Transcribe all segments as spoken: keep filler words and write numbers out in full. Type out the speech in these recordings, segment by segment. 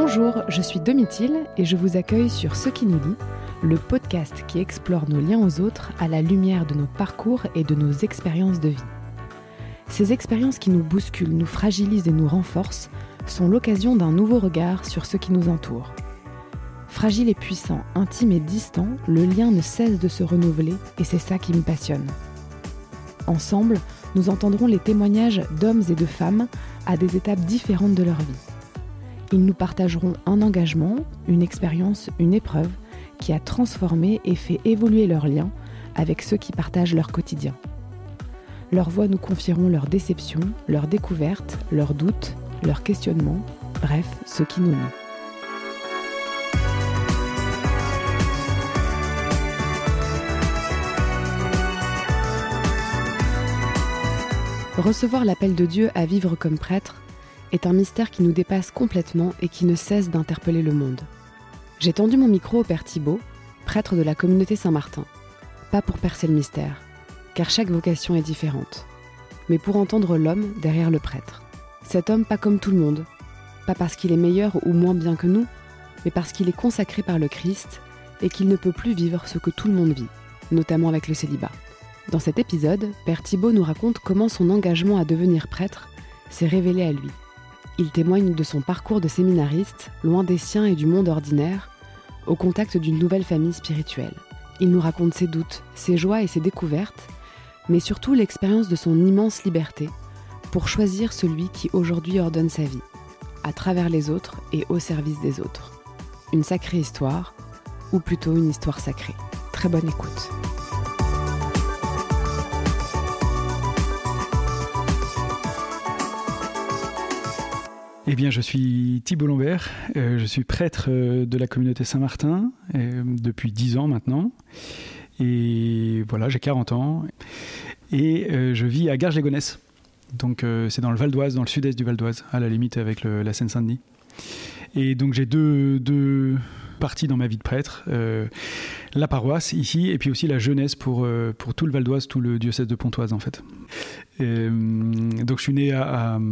Bonjour, je suis Domitille et je vous accueille sur Ce qui nous lie, le podcast qui explore nos liens aux autres à la lumière de nos parcours et de nos expériences de vie. Ces expériences qui nous bousculent, nous fragilisent et nous renforcent sont l'occasion d'un nouveau regard sur ce qui nous entoure. Fragile et puissant, intime et distant, le lien ne cesse de se renouveler et c'est ça qui me passionne. Ensemble, nous entendrons les témoignages d'hommes et de femmes à des étapes différentes de leur vie. Ils nous partageront un engagement, une expérience, une épreuve qui a transformé et fait évoluer leurs liens avec ceux qui partagent leur quotidien. Leurs voix nous confieront leurs déceptions, leurs découvertes, leurs doutes, leurs questionnements, bref, ce qui nous lie. Recevoir l'appel de Dieu à vivre comme prêtre est un mystère qui nous dépasse complètement et qui ne cesse d'interpeller le monde. J'ai tendu mon micro au père Thibaut, prêtre de la communauté Saint-Martin. Pas pour percer le mystère, car chaque vocation est différente, mais pour entendre l'homme derrière le prêtre. Cet homme pas comme tout le monde, pas parce qu'il est meilleur ou moins bien que nous, mais parce qu'il est consacré par le Christ et qu'il ne peut plus vivre ce que tout le monde vit, notamment avec le célibat. Dans cet épisode, père Thibaut nous raconte comment son engagement à devenir prêtre s'est révélé à lui. Il témoigne de son parcours de séminariste, loin des siens et du monde ordinaire, au contact d'une nouvelle famille spirituelle. Il nous raconte ses doutes, ses joies et ses découvertes, mais surtout l'expérience de son immense liberté pour choisir celui qui aujourd'hui ordonne sa vie, à travers les autres et au service des autres. Une sacrée histoire, ou plutôt une histoire sacrée. Très bonne écoute. Eh bien, je suis Thibaut Lambert, euh, je suis prêtre euh, de la communauté Saint-Martin euh, depuis dix ans maintenant. Et voilà, j'ai quarante ans et euh, je vis à Garges-lès-Gonesse. Donc, euh, c'est dans le Val d'Oise, dans le sud-est du Val d'Oise, à la limite avec le, la Seine-Saint-Denis. Et donc, j'ai deux, deux parties dans ma vie de prêtre. Euh, la paroisse, ici, et puis aussi la jeunesse pour, euh, pour tout le Val d'Oise, tout le diocèse de Pontoise, en fait. Et, euh, donc, je suis né à, à,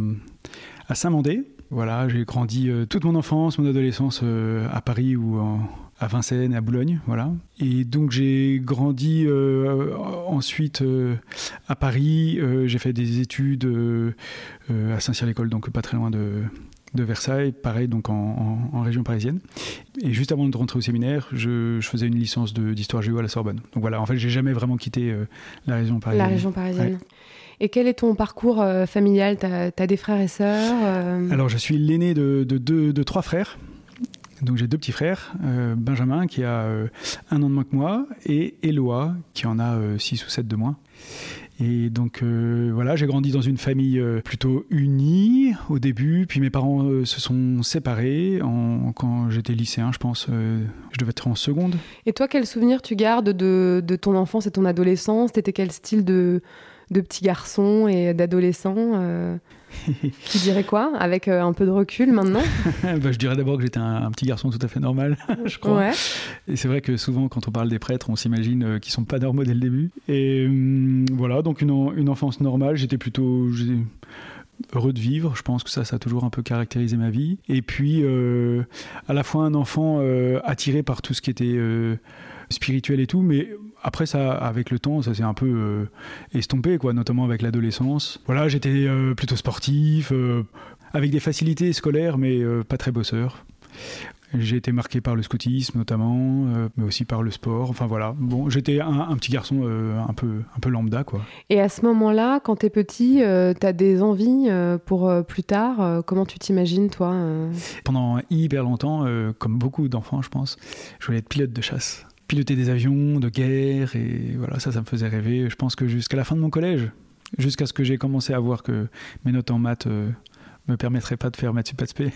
à Saint-Mandé. Voilà, j'ai grandi euh, toute mon enfance, mon adolescence euh, à Paris ou en, à Vincennes, à Boulogne, voilà. Et donc j'ai grandi euh, ensuite euh, à Paris. Euh, j'ai fait des études euh, euh, à Saint-Cyr-l'École, donc pas très loin de, de Versailles, pareil, donc en, en, en région parisienne. Et juste avant de rentrer au séminaire, je, je faisais une licence de, d'histoire géo à la Sorbonne. Donc voilà, en fait, j'ai jamais vraiment quitté euh, la région parisienne. La région parisienne. Ouais. Et quel est ton parcours euh, familial ? T'as, t'as des frères et sœurs euh... Alors, je suis l'aîné de, de, de, de trois frères. Donc, j'ai deux petits frères. Euh, Benjamin, qui a euh, un an de moins que moi, et Éloi, qui en a euh, six ou sept de moins. Et donc, euh, voilà, j'ai grandi dans une famille euh, plutôt unie au début. Puis, mes parents euh, se sont séparés en, quand j'étais lycéen, je pense. Euh, je devais être en seconde. Et toi, quel souvenir tu gardes de, de ton enfance et ton adolescence ? T'étais quel style de... de petits garçons et d'adolescents euh, qui dirait quoi avec euh, un peu de recul maintenant? Bah, je dirais d'abord que j'étais un, un petit garçon tout à fait normal, je crois. Ouais. Et c'est vrai que souvent, quand on parle des prêtres, on s'imagine euh, qu'ils sont pas normaux dès le début. Et euh, voilà, donc une, en, une enfance normale. J'étais plutôt j'étais heureux de vivre. Je pense que ça, ça a toujours un peu caractérisé ma vie. Et puis, euh, à la fois un enfant euh, attiré par tout ce qui était euh, spirituel et tout, mais après ça, avec le temps, ça s'est un peu euh, estompé, quoi, notamment avec l'adolescence. Voilà, j'étais euh, plutôt sportif, euh, avec des facilités scolaires, mais euh, pas très bosseur. J'ai été marqué par le scoutisme notamment, euh, mais aussi par le sport. Enfin voilà, bon, j'étais un, un petit garçon euh, un peu, un peu lambda, quoi. Et à ce moment-là, quand t'es petit, euh, t'as des envies euh, pour euh, plus tard. Euh, comment tu t'imagines, toi euh... Pendant hyper longtemps, euh, comme beaucoup d'enfants, je pense, je voulais être pilote de chasse. Piloter des avions de guerre, et voilà, ça, ça me faisait rêver. Je pense que jusqu'à la fin de mon collège, jusqu'à ce que j'ai commencé à voir que mes notes en maths euh, me permettraient pas de faire maths sup, maths spé.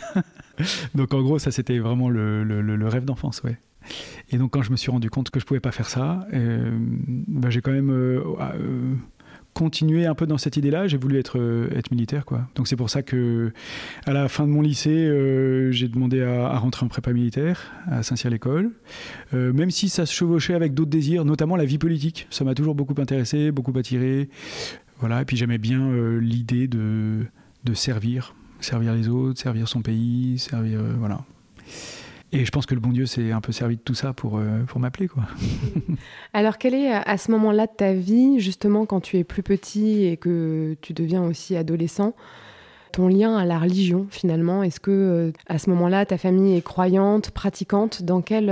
Donc en gros, ça, c'était vraiment le, le, le rêve d'enfance, ouais. Et donc quand je me suis rendu compte que je pouvais pas faire ça, euh, bah, j'ai quand même euh, euh, continué un peu dans cette idée-là. J'ai voulu être, euh, être militaire, quoi. Donc c'est pour ça que à la fin de mon lycée, euh, j'ai demandé à, à rentrer en prépa militaire à Saint-Cyr-l'École. Euh, même si ça se chevauchait avec d'autres désirs, notamment la vie politique. Ça m'a toujours beaucoup intéressé, beaucoup attiré. Voilà. Et puis j'aimais bien euh, l'idée de, de servir, servir les autres, servir son pays, servir, euh, voilà. Et je pense que le bon Dieu s'est un peu servi de tout ça pour, euh, pour m'appeler, quoi. Alors, quel est à ce moment-là de ta vie, justement, quand tu es plus petit et que tu deviens aussi adolescent, ton lien à la religion, finalement? Est-ce que, euh, à ce moment-là, ta famille est croyante, pratiquante? Dans quel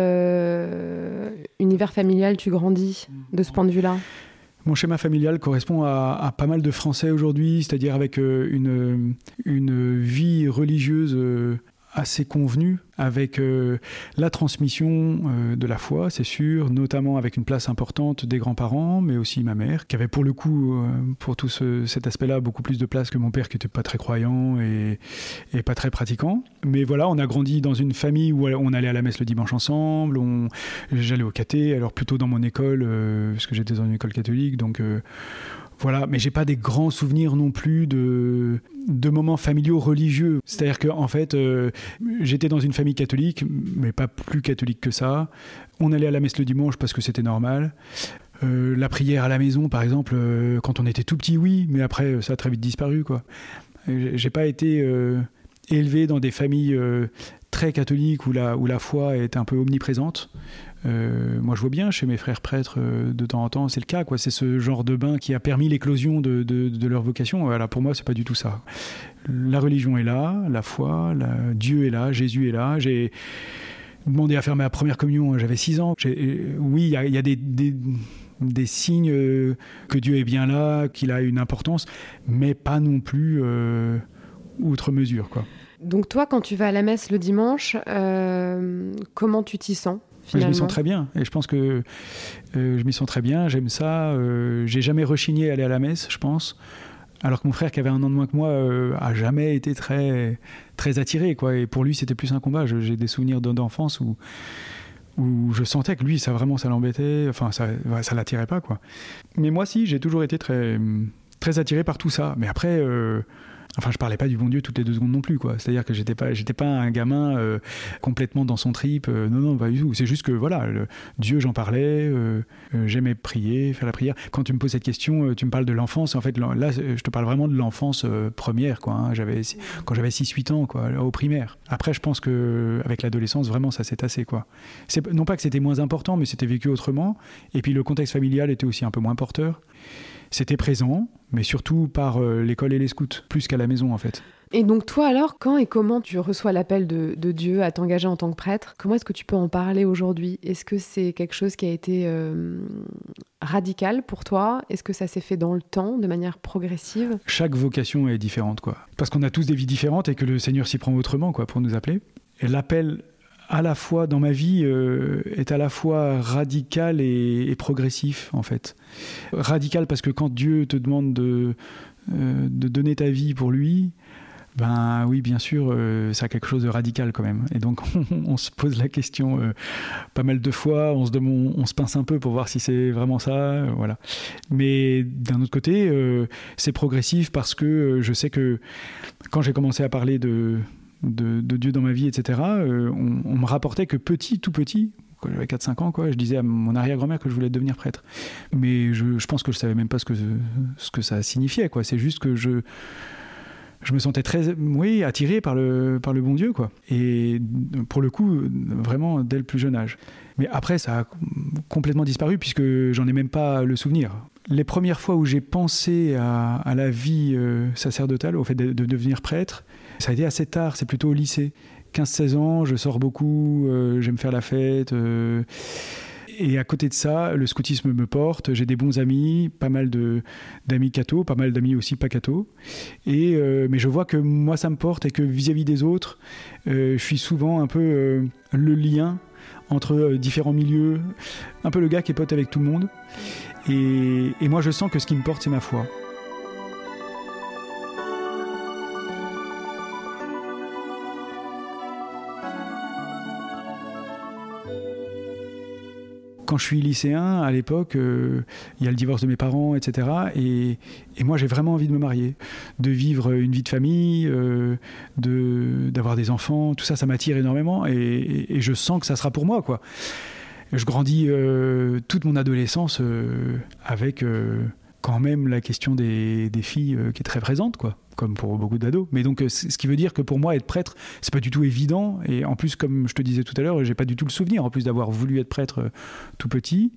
euh, univers familial tu grandis, de ce point de vue-là? Mon schéma familial correspond à, à pas mal de Français aujourd'hui, c'est-à-dire avec euh, une, une vie religieuse euh, assez convenue, avec euh, la transmission euh, de la foi, c'est sûr, notamment avec une place importante des grands-parents, mais aussi ma mère, qui avait pour le coup, euh, pour tout ce, cet aspect-là, beaucoup plus de place que mon père, qui n'était pas très croyant et, et pas très pratiquant. Mais voilà, on a grandi dans une famille où on allait à la messe le dimanche ensemble, on, j'allais au caté, alors plutôt dans mon école, euh, parce que j'étais dans une école catholique, donc... Euh, Voilà, mais j'ai pas des grands souvenirs non plus de, de moments familiaux religieux. C'est-à-dire que en fait, euh, j'étais dans une famille catholique, mais pas plus catholique que ça. On allait à la messe le dimanche parce que c'était normal. Euh, la prière à la maison, par exemple, euh, quand on était tout petit, oui, mais après, ça a très vite disparu, quoi. J'ai pas été euh, élevé dans des familles euh, très catholiques où la, où la foi est un peu omniprésente. Euh, moi je vois bien chez mes frères prêtres euh, de temps en temps, c'est le cas, quoi. C'est ce genre de bain qui a permis l'éclosion de, de, de leur vocation. Voilà, pour moi c'est pas du tout ça. La religion est là, la foi, la, Dieu est là, Jésus est là. J'ai demandé à faire ma première communion, j'avais six ans. J'ai, oui, il y a, y a des, des, des signes euh, que Dieu est bien là, qu'il a une importance, mais pas non plus euh, outre mesure, quoi. Donc toi, quand tu vas à la messe le dimanche, euh, comment tu t'y sens? Je m'y sens très bien, et je pense que euh, je m'y sens très bien, j'aime ça. Euh, j'ai jamais rechigné à aller à la messe, je pense. Alors que mon frère, qui avait un an de moins que moi, euh, a jamais été très, très attiré, quoi. Et pour lui, c'était plus un combat. Je, j'ai des souvenirs d'enfance où, où je sentais que lui, ça vraiment, ça l'embêtait. Enfin, ça, ça l'attirait pas, quoi. Mais moi, si, j'ai toujours été très, très attiré par tout ça. Mais après. Euh, Enfin, je parlais pas du bon Dieu toutes les deux secondes non plus, quoi. C'est-à-dire que j'étais pas, j'étais pas un gamin euh, complètement dans son trip. Euh, non, non, pas du tout. C'est juste que voilà, le, Dieu, j'en parlais. Euh, euh, j'aimais prier, faire la prière. Quand tu me poses cette question, euh, tu me parles de l'enfance. En fait, là, je te parle vraiment de l'enfance euh, première, quoi. Hein. J'avais, quand j'avais six huit ans, quoi, au primaire. Après, je pense que avec l'adolescence, vraiment, ça s'est tassé, quoi. C'est, non pas que c'était moins important, mais c'était vécu autrement. Et puis le contexte familial était aussi un peu moins porteur. C'était présent, mais surtout par euh, l'école et les scouts, plus qu'à la maison en fait. Et donc toi alors, quand et comment tu reçois l'appel de, de Dieu à t'engager en tant que prêtre? Comment est-ce que tu peux en parler aujourd'hui? Est-ce que c'est quelque chose qui a été euh, radical pour toi? Est-ce que ça s'est fait dans le temps, de manière progressive? Chaque vocation est différente, quoi. Parce qu'on a tous des vies différentes et que le Seigneur s'y prend autrement, quoi, pour nous appeler. Et l'appel à la fois dans ma vie euh, est à la fois radical et, et progressif en fait. Radical parce que quand Dieu te demande de, euh, de donner ta vie pour lui, ben oui bien sûr euh, ça a quelque chose de radical quand même. Et donc on, on se pose la question euh, pas mal de fois, on se, demande, on se pince un peu pour voir si c'est vraiment ça, euh, voilà. Mais d'un autre côté euh, c'est progressif parce que euh, je sais que quand j'ai commencé à parler de De, de Dieu dans ma vie, et cetera, euh, on, on me rapportait que petit, tout petit, quand j'avais quatre cinq ans, quoi, je disais à mon arrière-grand-mère que je voulais devenir prêtre. Mais je, je pense que je ne savais même pas ce que, ce que ça signifiait, quoi. C'est juste que je, je me sentais très oui, attiré par le, par le bon Dieu, quoi. Et pour le coup, vraiment dès le plus jeune âge. Mais après, ça a complètement disparu puisque j'en ai même pas le souvenir. Les premières fois où j'ai pensé à, à la vie euh, sacerdotale, au fait de, de devenir prêtre, ça a été assez tard, c'est plutôt au lycée. quinze seize ans, je sors beaucoup, euh, j'aime faire la fête. Euh, et à côté de ça, le scoutisme me porte. J'ai des bons amis, pas mal de, d'amis cathos, pas mal d'amis aussi pas cathos. Et, euh, mais je vois que moi, ça me porte et que vis-à-vis des autres, euh, je suis souvent un peu euh, le lien entre euh, différents milieux, un peu le gars qui est pote avec tout le monde. Et, et moi, je sens que ce qui me porte, c'est ma foi. Quand je suis lycéen, à l'époque, euh, il y a le divorce de mes parents, et cetera. Et, et moi, j'ai vraiment envie de me marier, de vivre une vie de famille, euh, de, d'avoir des enfants. Tout ça, ça m'attire énormément. Et, et, et je sens que ça sera pour moi, quoi. Je grandis euh, toute mon adolescence euh, avec, euh, quand même la question des, des filles euh, qui est très présente, quoi, comme pour beaucoup d'ados. Mais donc, euh, ce qui veut dire que pour moi, être prêtre, c'est pas du tout évident. Et en plus, comme je te disais tout à l'heure, j'ai pas du tout le souvenir, en plus d'avoir voulu être prêtre euh, tout petit.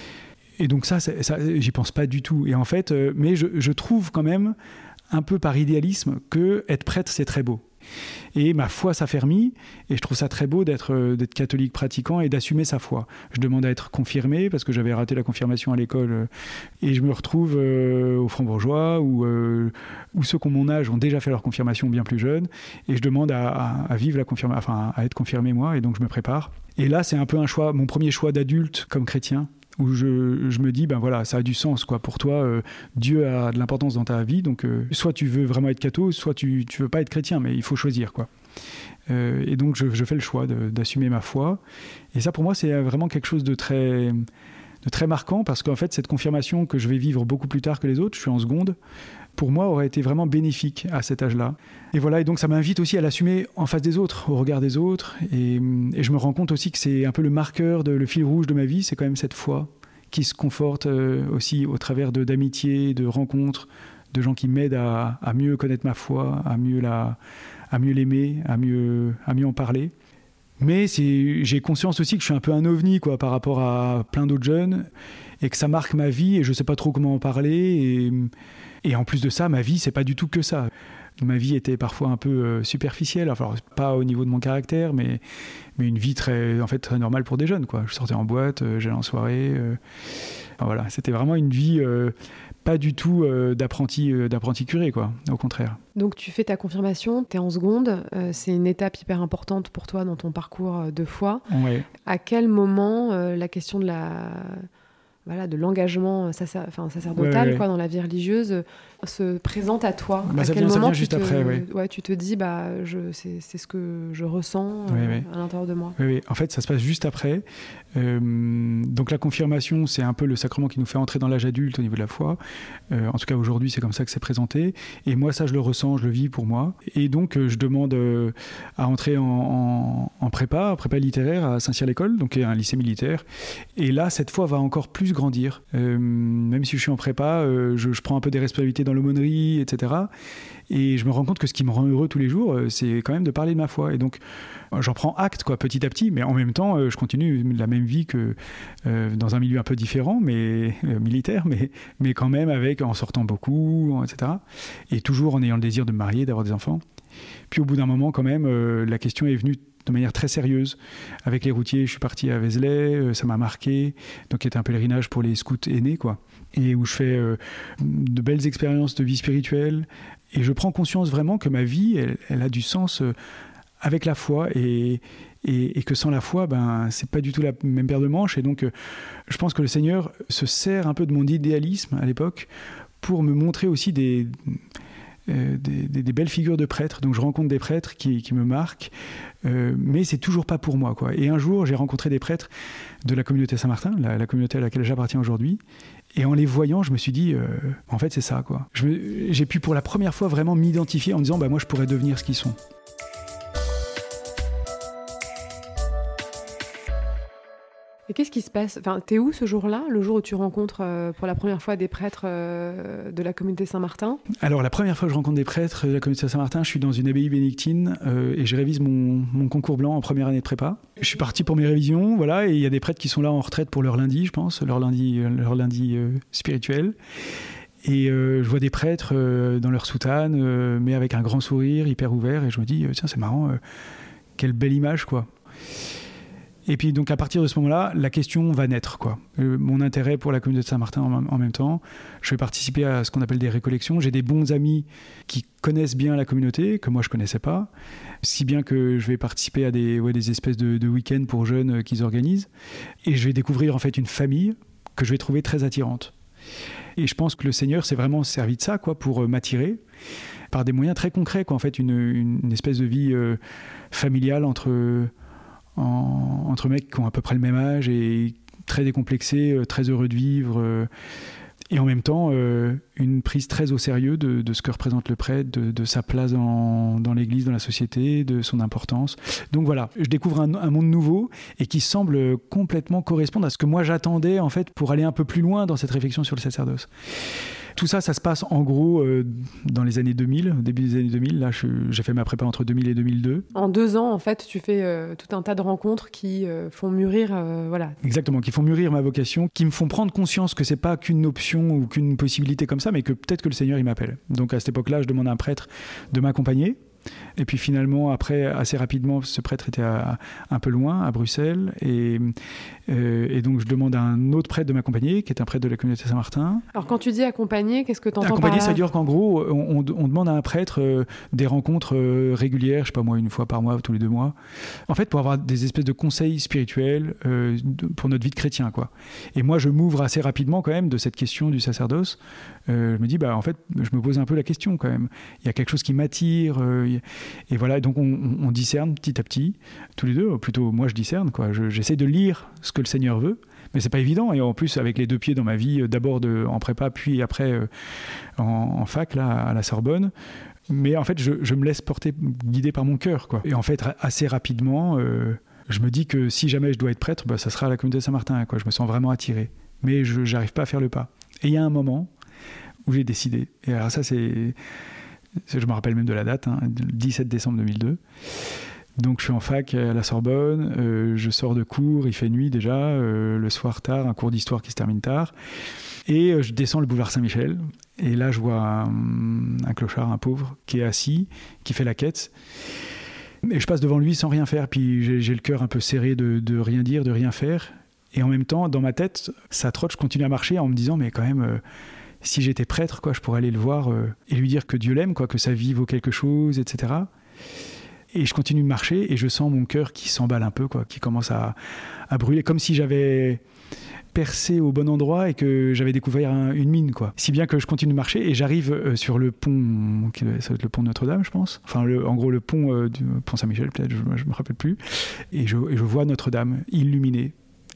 Et donc ça, ça, j'y pense pas du tout. Et en fait, euh, mais je, je trouve quand même, un peu par idéalisme, que être prêtre, c'est très beau. Et ma foi s'affermit, et je trouve ça très beau d'être, euh, d'être catholique pratiquant et d'assumer sa foi. Je demande à être confirmé, parce que j'avais raté la confirmation à l'école, euh, et je me retrouve euh, au Franc-Bourgeois, où, euh, où ceux qui ont mon âge ont déjà fait leur confirmation bien plus jeunes, et je demande à, à, à vivre la confirmation, enfin à être confirmé moi, et donc je me prépare. Et là, c'est un peu un choix, mon premier choix d'adulte comme chrétien, où je, je me dis, ben voilà, ça a du sens, quoi. Pour toi, euh, Dieu a de l'importance dans ta vie, donc euh, soit tu veux vraiment être catho, soit tu ne veux pas être chrétien, mais il faut choisir, quoi. Euh, et donc, je, je fais le choix de, d'assumer ma foi. Et ça, pour moi, c'est vraiment quelque chose de très, de très marquant, parce qu'en fait, cette confirmation que je vais vivre beaucoup plus tard que les autres, je suis en seconde, pour moi, aurait été vraiment bénéfique à cet âge-là. Et voilà, et donc ça m'invite aussi à l'assumer en face des autres, au regard des autres. Et, et je me rends compte aussi que c'est un peu le marqueur, de, le fil rouge de ma vie, c'est quand même cette foi qui se conforte euh, aussi au travers de, d'amitiés, de rencontres, de gens qui m'aident à, à mieux connaître ma foi, à mieux, la, à mieux l'aimer, à mieux, à mieux en parler. Mais c'est, j'ai conscience aussi que je suis un peu un ovni, quoi, par rapport à plein d'autres jeunes, et que ça marque ma vie, et je ne sais pas trop comment en parler. Et, et en plus de ça, ma vie, c'est pas du tout que ça. Ma vie était parfois un peu euh, superficielle, enfin pas au niveau de mon caractère, mais, mais une vie très, en fait, très normale pour des jeunes, quoi. Je sortais en boîte, euh, j'allais en soirée. Euh, enfin, voilà, c'était vraiment une vie euh, pas du tout euh, d'apprenti, euh, d'apprenti curé, quoi, au contraire. Donc tu fais ta confirmation, tu es en seconde, euh, c'est une étape hyper importante pour toi dans ton parcours de foi. Ouais. À quel moment euh, la question de la... Voilà, de l'engagement sacer... enfin, sacerdotal, ouais, ouais. Quoi, dans la vie religieuse euh, se présente à toi. Bah, à ça quel vient, moment ça vient tu juste te... après, ouais. Ouais, tu te dis, bah, je... c'est, c'est ce que je ressens ouais, euh, ouais. à l'intérieur de moi. Oui, oui, en fait, ça se passe juste après. Euh, donc la confirmation, c'est un peu le sacrement qui nous fait entrer dans l'âge adulte au niveau de la foi. Euh, en tout cas, aujourd'hui, c'est comme ça que c'est présenté. Et moi, ça, je le ressens, je le vis pour moi. Et donc, euh, je demande euh, à entrer en, en, en prépa, en prépa littéraire à Saint-Cyr-l'École, donc un lycée militaire. Et là, cette foi va encore plus grandir. Euh, même si je suis en prépa, euh, je, je prends un peu des responsabilités dans l'aumônerie, et cetera. Et je me rends compte que ce qui me rend heureux tous les jours, euh, c'est quand même de parler de ma foi. Et donc, j'en prends acte, quoi, petit à petit, mais en même temps, euh, je continue la même vie que euh, dans un milieu un peu différent, mais euh, militaire, mais, mais quand même avec, en sortant beaucoup, et cetera. Et toujours en ayant le désir de me marier, d'avoir des enfants. Puis au bout d'un moment, quand même, euh, la question est venue de manière très sérieuse. Avec les routiers, je suis parti à Vézelay, euh, ça m'a marqué, donc c'était un pèlerinage pour les scouts aînés, quoi, et où je fais euh, de belles expériences de vie spirituelle, et je prends conscience vraiment que ma vie, elle, elle a du sens euh, avec la foi, et, et, et que sans la foi, ben, c'est pas du tout la même paire de manches. Et donc, euh, je pense que le Seigneur se sert un peu de mon idéalisme à l'époque pour me montrer aussi des, euh, des, des, des belles figures de prêtres. Donc, je rencontre des prêtres qui, qui me marquent, euh, mais c'est toujours pas pour moi, quoi. Et un jour, j'ai rencontré des prêtres de la communauté Saint-Martin, la, la communauté à laquelle j'appartiens aujourd'hui. Et en les voyant, je me suis dit, euh, en fait, c'est ça, quoi. Je me, j'ai pu pour la première fois vraiment m'identifier en me disant, bah, moi, je pourrais devenir ce qu'ils sont. Et qu'est-ce qui se passe ? Enfin, t'es où ce jour-là, le jour où tu rencontres euh, pour la première fois des prêtres euh, de la communauté Saint-Martin ? Alors, la première fois que je rencontre des prêtres de la communauté Saint-Martin, je suis dans une abbaye bénédictine euh, et je révise mon, mon concours blanc en première année de prépa. Je suis parti pour mes révisions, voilà, et il y a des prêtres qui sont là en retraite pour leur lundi, je pense, leur lundi, leur lundi euh, spirituel. Et euh, je vois des prêtres euh, dans leur soutane, euh, mais avec un grand sourire, hyper ouvert, et je me dis, euh, tiens, c'est marrant, euh, quelle belle image, quoi. Et puis donc à partir de ce moment-là, la question va naître, quoi. Euh, mon intérêt pour la communauté de Saint-Martin en, en même temps, je vais participer à ce qu'on appelle des récollections. J'ai des bons amis qui connaissent bien la communauté, que moi je connaissais pas, si bien que je vais participer à des, ouais, des espèces de, de week-ends pour jeunes euh, qu'ils organisent, et je vais découvrir en fait une famille que je vais trouver très attirante. Et je pense que le Seigneur s'est vraiment servi de ça, quoi, pour euh, m'attirer par des moyens très concrets, quoi. En fait, une, une, une espèce de vie euh, familiale entre En, entre mecs qui ont à peu près le même âge et très décomplexés, euh, très heureux de vivre. Euh, Et en même temps, euh, une prise très au sérieux de, de ce que représente le prêtre, de, de sa place dans, dans l'Église, dans la société, de son importance. Donc voilà, je découvre un, un monde nouveau et qui semble complètement correspondre à ce que moi j'attendais en fait pour aller un peu plus loin dans cette réflexion sur le sacerdoce. Tout ça, ça se passe en gros euh, dans les années deux mille, début des années deux mille. Là, je, j'ai fait ma prépa entre deux mille et deux mille deux. En deux ans, en fait, tu fais euh, tout un tas de rencontres qui euh, font mûrir, euh, voilà. Exactement, qui font mûrir ma vocation, qui me font prendre conscience que c'est pas qu'une option ou qu'une possibilité comme ça, mais que peut-être que le Seigneur, il m'appelle. Donc à cette époque-là, je demande à un prêtre de m'accompagner. Et puis finalement, après, assez rapidement, ce prêtre était à, un peu loin, à Bruxelles. Et, euh, et donc, je demande à un autre prêtre de m'accompagner, qui est un prêtre de la communauté Saint-Martin. Alors, quand tu dis accompagner, qu'est-ce que tu entends par là ? Accompagner, ça veut dire qu'en gros, on, on demande à un prêtre euh, des rencontres euh, régulières, je sais pas moi, une fois par mois, tous les deux mois. En fait, pour avoir des espèces de conseils spirituels euh, de, pour notre vie de chrétien, quoi. Et moi, je m'ouvre assez rapidement quand même de cette question du sacerdoce. Euh, je me dis, bah, en fait, je me pose un peu la question quand même. Il y a quelque chose qui m'attire. Euh, Et voilà, donc on, on discerne petit à petit, tous les deux, plutôt moi je discerne, quoi. Je, j'essaie de lire ce que le Seigneur veut, mais c'est pas évident. Et en plus, avec les deux pieds dans ma vie, d'abord de, en prépa, puis après euh, en, en fac, là, à la Sorbonne. Mais en fait, je, je me laisse porter, guider par mon cœur, quoi. Et en fait, assez rapidement, euh, je me dis que si jamais je dois être prêtre, bah, ça sera à la communauté Saint-Martin, quoi. Je me sens vraiment attiré. Mais je n'arrive pas à faire le pas. Et il y a un moment où j'ai décidé. Et alors ça, c'est... Je me rappelle même de la date, hein, le dix-sept décembre deux mille deux. Donc je suis en fac à la Sorbonne, euh, je sors de cours, il fait nuit déjà, euh, le soir tard, un cours d'histoire qui se termine tard. Et euh, je descends le boulevard Saint-Michel. Et là, je vois un, un clochard, un pauvre, qui est assis, qui fait la quête. Et je passe devant lui sans rien faire. Puis j'ai, j'ai le cœur un peu serré de, de rien dire, de rien faire. Et en même temps, dans ma tête, ça trotte, je continue à marcher en me disant, mais quand même... Euh, si j'étais prêtre, quoi, je pourrais aller le voir euh, et lui dire que Dieu l'aime, quoi, que sa vie vaut quelque chose, et cetera. Et je continue de marcher et je sens mon cœur qui s'emballe un peu, quoi, qui commence à, à brûler, comme si j'avais percé au bon endroit et que j'avais découvert un, une mine, quoi. Si bien que je continue de marcher et j'arrive euh, sur le pont, ça doit être le pont de Notre-Dame, je pense. Enfin, le, en gros, le pont euh, du pont Saint-Michel, peut-être, je ne me rappelle plus. Et je, et je vois Notre-Dame illuminée.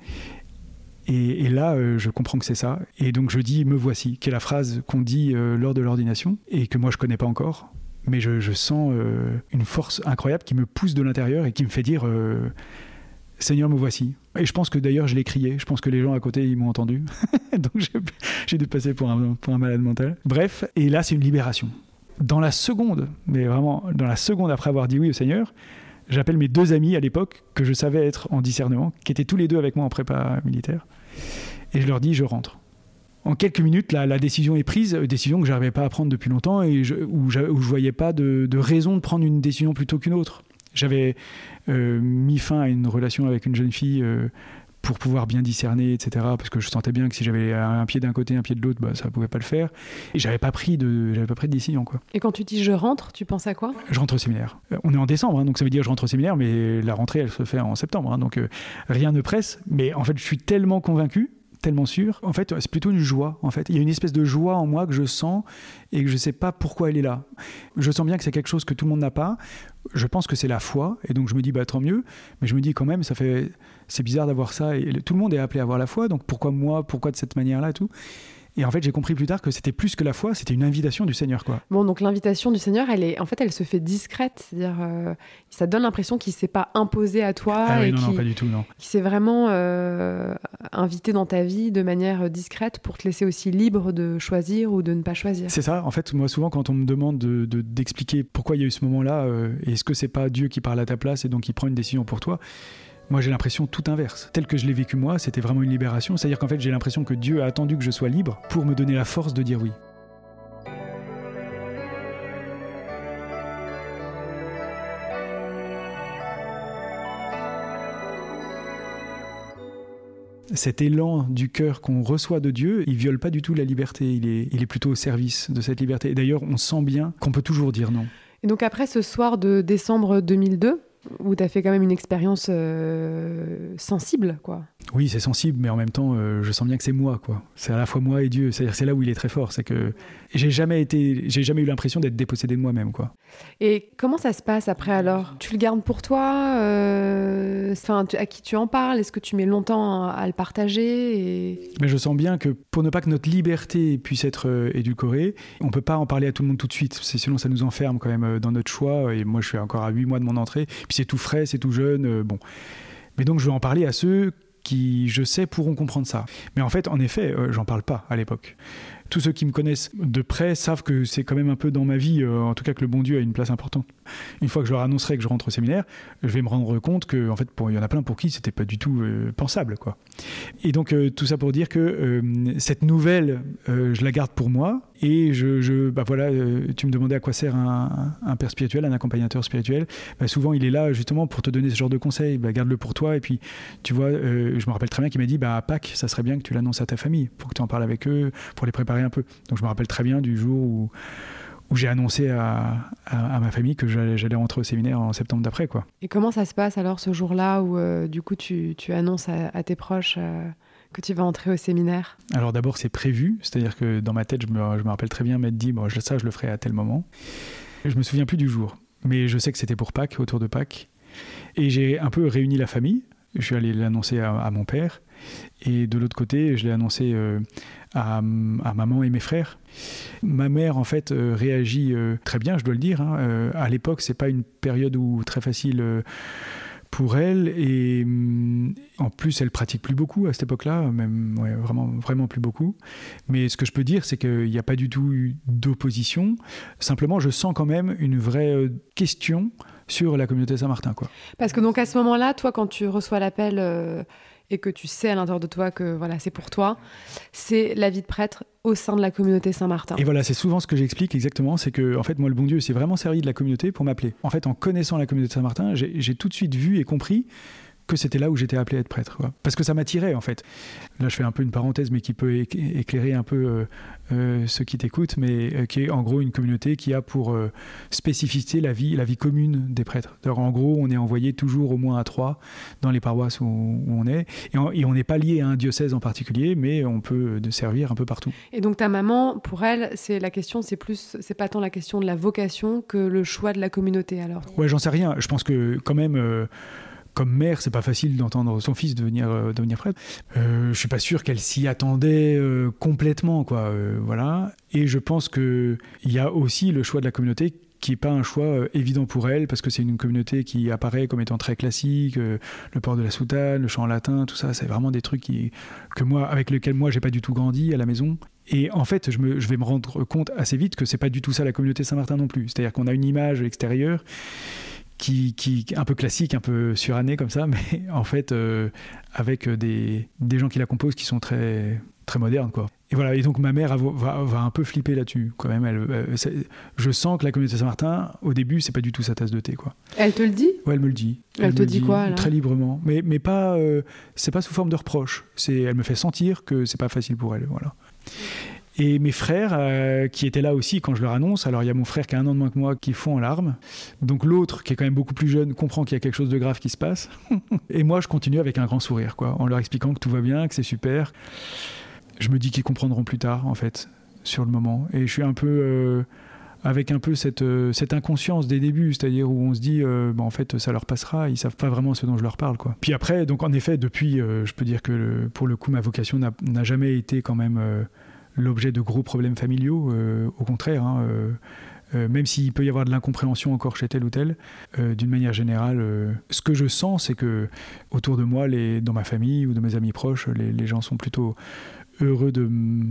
Et, et là, euh, je comprends que c'est ça. Et donc, je dis « me voici », qui est la phrase qu'on dit euh, lors de l'ordination, et que moi, je ne connais pas encore. Mais je, je sens euh, une force incroyable qui me pousse de l'intérieur et qui me fait dire euh, « Seigneur, me voici ». Et je pense que d'ailleurs, je l'ai crié. Je pense que les gens à côté, ils m'ont entendu. Donc, j'ai, j'ai dû passer pour un, pour un malade mental. Bref, et là, c'est une libération. Dans la seconde, mais vraiment, dans la seconde après avoir dit oui au Seigneur, j'appelle mes deux amis à l'époque, que je savais être en discernement, qui étaient tous les deux avec moi en prépa militaire. Et je leur dis, je rentre. En quelques minutes, la, la décision est prise, décision que je n'arrivais pas à prendre depuis longtemps et je, où je ne voyais pas de, de raison de prendre une décision plutôt qu'une autre. J'avais euh, mis fin à une relation avec une jeune fille euh, pour pouvoir bien discerner, et cetera. Parce que je sentais bien que si j'avais un pied d'un côté, un pied de l'autre, bah, ça ne pouvait pas le faire. Et je n'avais pas pris de, j'avais pas pris de décision, quoi. Et quand tu dis « je rentre », tu penses à quoi ? Je rentre au séminaire. On est en décembre, hein, donc ça veut dire je rentre au séminaire, mais la rentrée, elle se fait en septembre. Hein, donc euh, rien ne presse. Mais en fait, je suis tellement convaincu, tellement sûr. En fait, c'est plutôt une joie. En fait, il y a une espèce de joie en moi que je sens et que je ne sais pas pourquoi elle est là. Je sens bien que c'est quelque chose que tout le monde n'a pas. Je pense que c'est la foi, et donc je me dis bah tant mieux. Mais je me dis quand même, ça fait, c'est bizarre d'avoir ça. Et tout le monde est appelé à avoir la foi, donc pourquoi moi, pourquoi de cette manière-là et tout. Et en fait, j'ai compris plus tard que c'était plus que la foi, c'était une invitation du Seigneur, quoi. Bon, donc l'invitation du Seigneur, elle est, en fait, elle se fait discrète, c'est-à-dire, euh, ça donne l'impression qu'il s'est pas imposé à toi, ah oui, et non, qu'il, non, pas du tout, non. qu'il s'est vraiment euh, invité dans ta vie de manière discrète pour te laisser aussi libre de choisir ou de ne pas choisir. C'est ça. En fait, moi, souvent, quand on me demande de, de, d'expliquer pourquoi il y a eu ce moment-là, euh, est-ce que c'est pas Dieu qui parle à ta place et donc il prend une décision pour toi? Moi, j'ai l'impression tout inverse. Tel que je l'ai vécu moi, c'était vraiment une libération. C'est-à-dire qu'en fait, j'ai l'impression que Dieu a attendu que je sois libre pour me donner la force de dire oui. Cet élan du cœur qu'on reçoit de Dieu, il viole pas du tout la liberté. Il est, il est plutôt au service de cette liberté. Et d'ailleurs, on sent bien qu'on peut toujours dire non. Et donc après ce soir de décembre deux mille deux, où tu as fait quand même une expérience euh, sensible, quoi. Oui, c'est sensible, mais en même temps, euh, je sens bien que c'est moi, quoi. C'est à la fois moi et Dieu. C'est-à-dire, c'est là où il est très fort. C'est que j'ai jamais été, j'ai jamais eu l'impression d'être dépossédé de moi-même, quoi. Et comment ça se passe après alors ? Tu le gardes pour toi euh... enfin, tu... à qui tu en parles ? Est-ce que tu mets longtemps à le partager et... Mais je sens bien que pour ne pas que notre liberté puisse être euh, édulcorée, on peut pas en parler à tout le monde tout de suite. C'est, sinon, ça nous enferme quand même euh, dans notre choix. Et moi, je suis encore à huit mois de mon entrée. Puis c'est tout frais, c'est tout jeune. Euh, bon. Mais donc, je veux en parler à ceux qui, je sais, pourront comprendre ça. Mais en fait, en effet, euh, j'en parle pas à l'époque. Tous ceux qui me connaissent de près savent que c'est quand même un peu dans ma vie, euh, en tout cas que le bon Dieu a une place importante. Une fois que je leur annoncerai que je rentre au séminaire, je vais me rendre compte que, en fait, pour, il y en a plein pour qui c'était pas du tout euh, pensable, quoi. Et donc euh, tout ça pour dire que euh, cette nouvelle, euh, je la garde pour moi. Et je, je bah voilà, euh, tu me demandais à quoi sert un, un père spirituel, un accompagnateur spirituel. Bah souvent, il est là justement pour te donner ce genre de conseils. Bah, garde-le pour toi. Et puis, tu vois, euh, je me rappelle très bien qu'il m'a dit, bah à Pâques, ça serait bien que tu l'annonces à ta famille, pour que tu en parles avec eux, pour les préparer un peu. Donc je me rappelle très bien du jour où, où j'ai annoncé à, à, à ma famille que j'allais, j'allais rentrer au séminaire en septembre d'après, quoi. Et comment ça se passe alors ce jour-là où euh, du coup tu, tu annonces à, à tes proches euh, que tu vas entrer au séminaire ? Alors d'abord c'est prévu, c'est-à-dire que dans ma tête je me, je me rappelle très bien m'être dit bon, ça je le ferai à tel moment. Je me souviens plus du jour, mais je sais que c'était pour Pâques, autour de Pâques. Et j'ai un peu réuni la famille. Je suis allé l'annoncer à, à mon père. Et de l'autre côté, je l'ai annoncé euh, à, à maman et mes frères. Ma mère, en fait, euh, réagit euh, très bien, je dois le dire. Hein. Euh, à l'époque, c'est pas une période où très facile euh, pour elle. Et euh, en plus, elle pratique plus beaucoup à cette époque-là, même ouais, vraiment, vraiment plus beaucoup. Mais ce que je peux dire, c'est qu'il n'y a pas du tout eu d'opposition. Simplement, je sens quand même une vraie euh, question sur la communauté Saint-Martin, quoi. Parce que donc à ce moment-là, toi, quand tu reçois l'appel euh, et que tu sais à l'intérieur de toi que voilà, c'est pour toi, c'est la vie de prêtre au sein de la communauté Saint-Martin. Et voilà, c'est souvent ce que j'explique exactement, c'est que en fait, moi, le bon Dieu s'est vraiment servi de la communauté pour m'appeler. En fait, en connaissant la communauté Saint-Martin, j'ai, j'ai tout de suite vu et compris que c'était là où j'étais appelé à être prêtre, quoi. Parce que ça m'attirait, en fait. Là, je fais un peu une parenthèse, mais qui peut éclairer un peu euh, euh, ceux qui t'écoutent, mais euh, qui est en gros une communauté qui a pour euh, spécificité la vie, la vie commune des prêtres. Alors, en gros, on est envoyé toujours au moins à trois dans les paroisses où, où on est, et, en, et on n'est pas lié à un diocèse en particulier, mais on peut de servir un peu partout. Et donc ta maman, pour elle, c'est la question, c'est plus, c'est pas tant la question de la vocation que le choix de la communauté, alors. Ouais, j'en sais rien. Je pense que quand même. Euh, Comme mère, c'est pas facile d'entendre son fils devenir, euh, devenir prêtre. Euh, je suis pas sûr qu'elle s'y attendait euh, complètement, quoi. Euh, voilà. Et je pense que il y a aussi le choix de la communauté qui n'est pas un choix euh, évident pour elle, parce que c'est une communauté qui apparaît comme étant très classique, euh, le port de la soutane, le chant en latin, tout ça, c'est vraiment des trucs qui, que moi, avec lesquels moi, j'ai pas du tout grandi à la maison. Et en fait, je, me, je vais me rendre compte assez vite que c'est pas du tout ça la communauté Saint-Martin non plus. C'est-à-dire qu'on a une image extérieure Qui, qui un peu classique, un peu surannée comme ça, mais en fait euh, avec des, des gens qui la composent qui sont très, très modernes, quoi. Et voilà, et donc ma mère va, va un peu flipper là-dessus quand même. Elle, elle, je sens que la communauté Saint-Martin, au début, c'est pas du tout sa tasse de thé, quoi. Elle te le dit ? Ouais, elle me le dit. Elle, elle te dit, dit quoi alors ? Très librement, mais, mais pas, euh, c'est pas sous forme de reproche. C'est, elle me fait sentir que c'est pas facile pour elle, voilà. Et mes frères, euh, qui étaient là aussi quand je leur annonce, alors il y a mon frère qui a un an de moins que moi qui fond en larmes, donc l'autre qui est quand même beaucoup plus jeune comprend qu'il y a quelque chose de grave qui se passe, et moi je continue avec un grand sourire, quoi, en leur expliquant que tout va bien, que c'est super. Je me dis qu'ils comprendront plus tard, en fait, sur le moment, et je suis un peu euh, avec un peu cette, euh, cette inconscience des débuts, c'est-à-dire où on se dit euh, bah, en fait ça leur passera, ils savent pas vraiment ce dont je leur parle, quoi. Puis après, donc en effet, depuis, euh, je peux dire que le, pour le coup ma vocation n'a, n'a jamais été quand même euh, l'objet de gros problèmes familiaux, euh, au contraire, hein, euh, euh, même s'il peut y avoir de l'incompréhension encore chez tel ou tel, euh, d'une manière générale, euh, ce que je sens, c'est que autour de moi, les, dans ma famille ou de mes amis proches, les, les gens sont plutôt heureux de,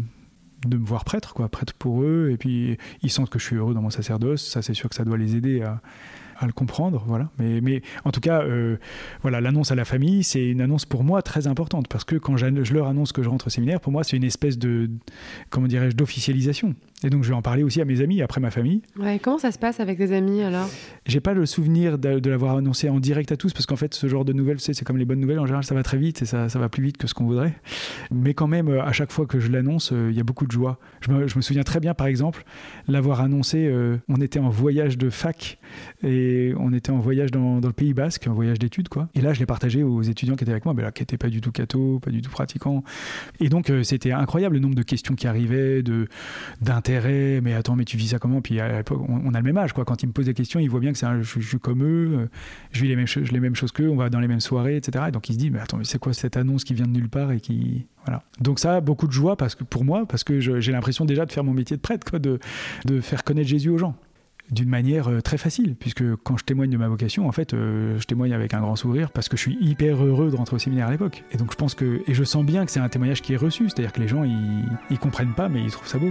de me voir prêtre, quoi, prêtre pour eux, et puis ils sentent que je suis heureux dans mon sacerdoce. Ça, c'est sûr que ça doit les aider à, à le comprendre, voilà. Mais, mais en tout cas, euh, voilà, l'annonce à la famille, c'est une annonce pour moi très importante, parce que quand je leur annonce que je rentre au séminaire, pour moi, c'est une espèce de, comment dirais-je, d'officialisation. Et donc, je vais en parler aussi à mes amis, après ma famille. Ouais, comment ça se passe avec tes amis, alors ? J'ai pas le souvenir de, de l'avoir annoncé en direct à tous, parce qu'en fait, ce genre de nouvelles, c'est, c'est comme les bonnes nouvelles, en général, ça va très vite, et ça, ça va plus vite que ce qu'on voudrait. Mais quand même, à chaque fois que je l'annonce, il euh, y a beaucoup de joie. Je me, je me souviens très bien, par exemple, l'avoir annoncé, euh, on était en voyage de fac, et était, on était en voyage dans, dans le Pays Basque, un voyage d'études, quoi. Et là, je l'ai partagé aux étudiants qui étaient avec moi, ben là, qui n'étaient pas du tout cathos, pas du tout pratiquants. Et donc, euh, c'était incroyable le nombre de questions qui arrivaient, de, d'intérêt. Mais attends, mais tu vis ça comment? Puis à l'époque, on, on a le même âge, quoi. Quand ils me posent des questions, ils voient bien que c'est un, je, je suis comme eux, je vis les mêmes, les mêmes choses qu'eux, on va dans les mêmes soirées, et cetera. Et donc, ils se disent, mais attends, mais c'est quoi cette annonce qui vient de nulle part et qui... Voilà. Donc ça, beaucoup de joie parce que, pour moi, parce que je, j'ai l'impression déjà de faire mon métier de prêtre, quoi, de, de faire connaître Jésus aux gens. D'une manière euh, très facile, puisque quand je témoigne de ma vocation, en fait, euh, je témoigne avec un grand sourire parce que je suis hyper heureux de rentrer au séminaire à l'époque. Et donc je pense que, et je sens bien que c'est un témoignage qui est reçu, c'est-à-dire que les gens, ils, ils comprennent pas, mais ils trouvent ça beau.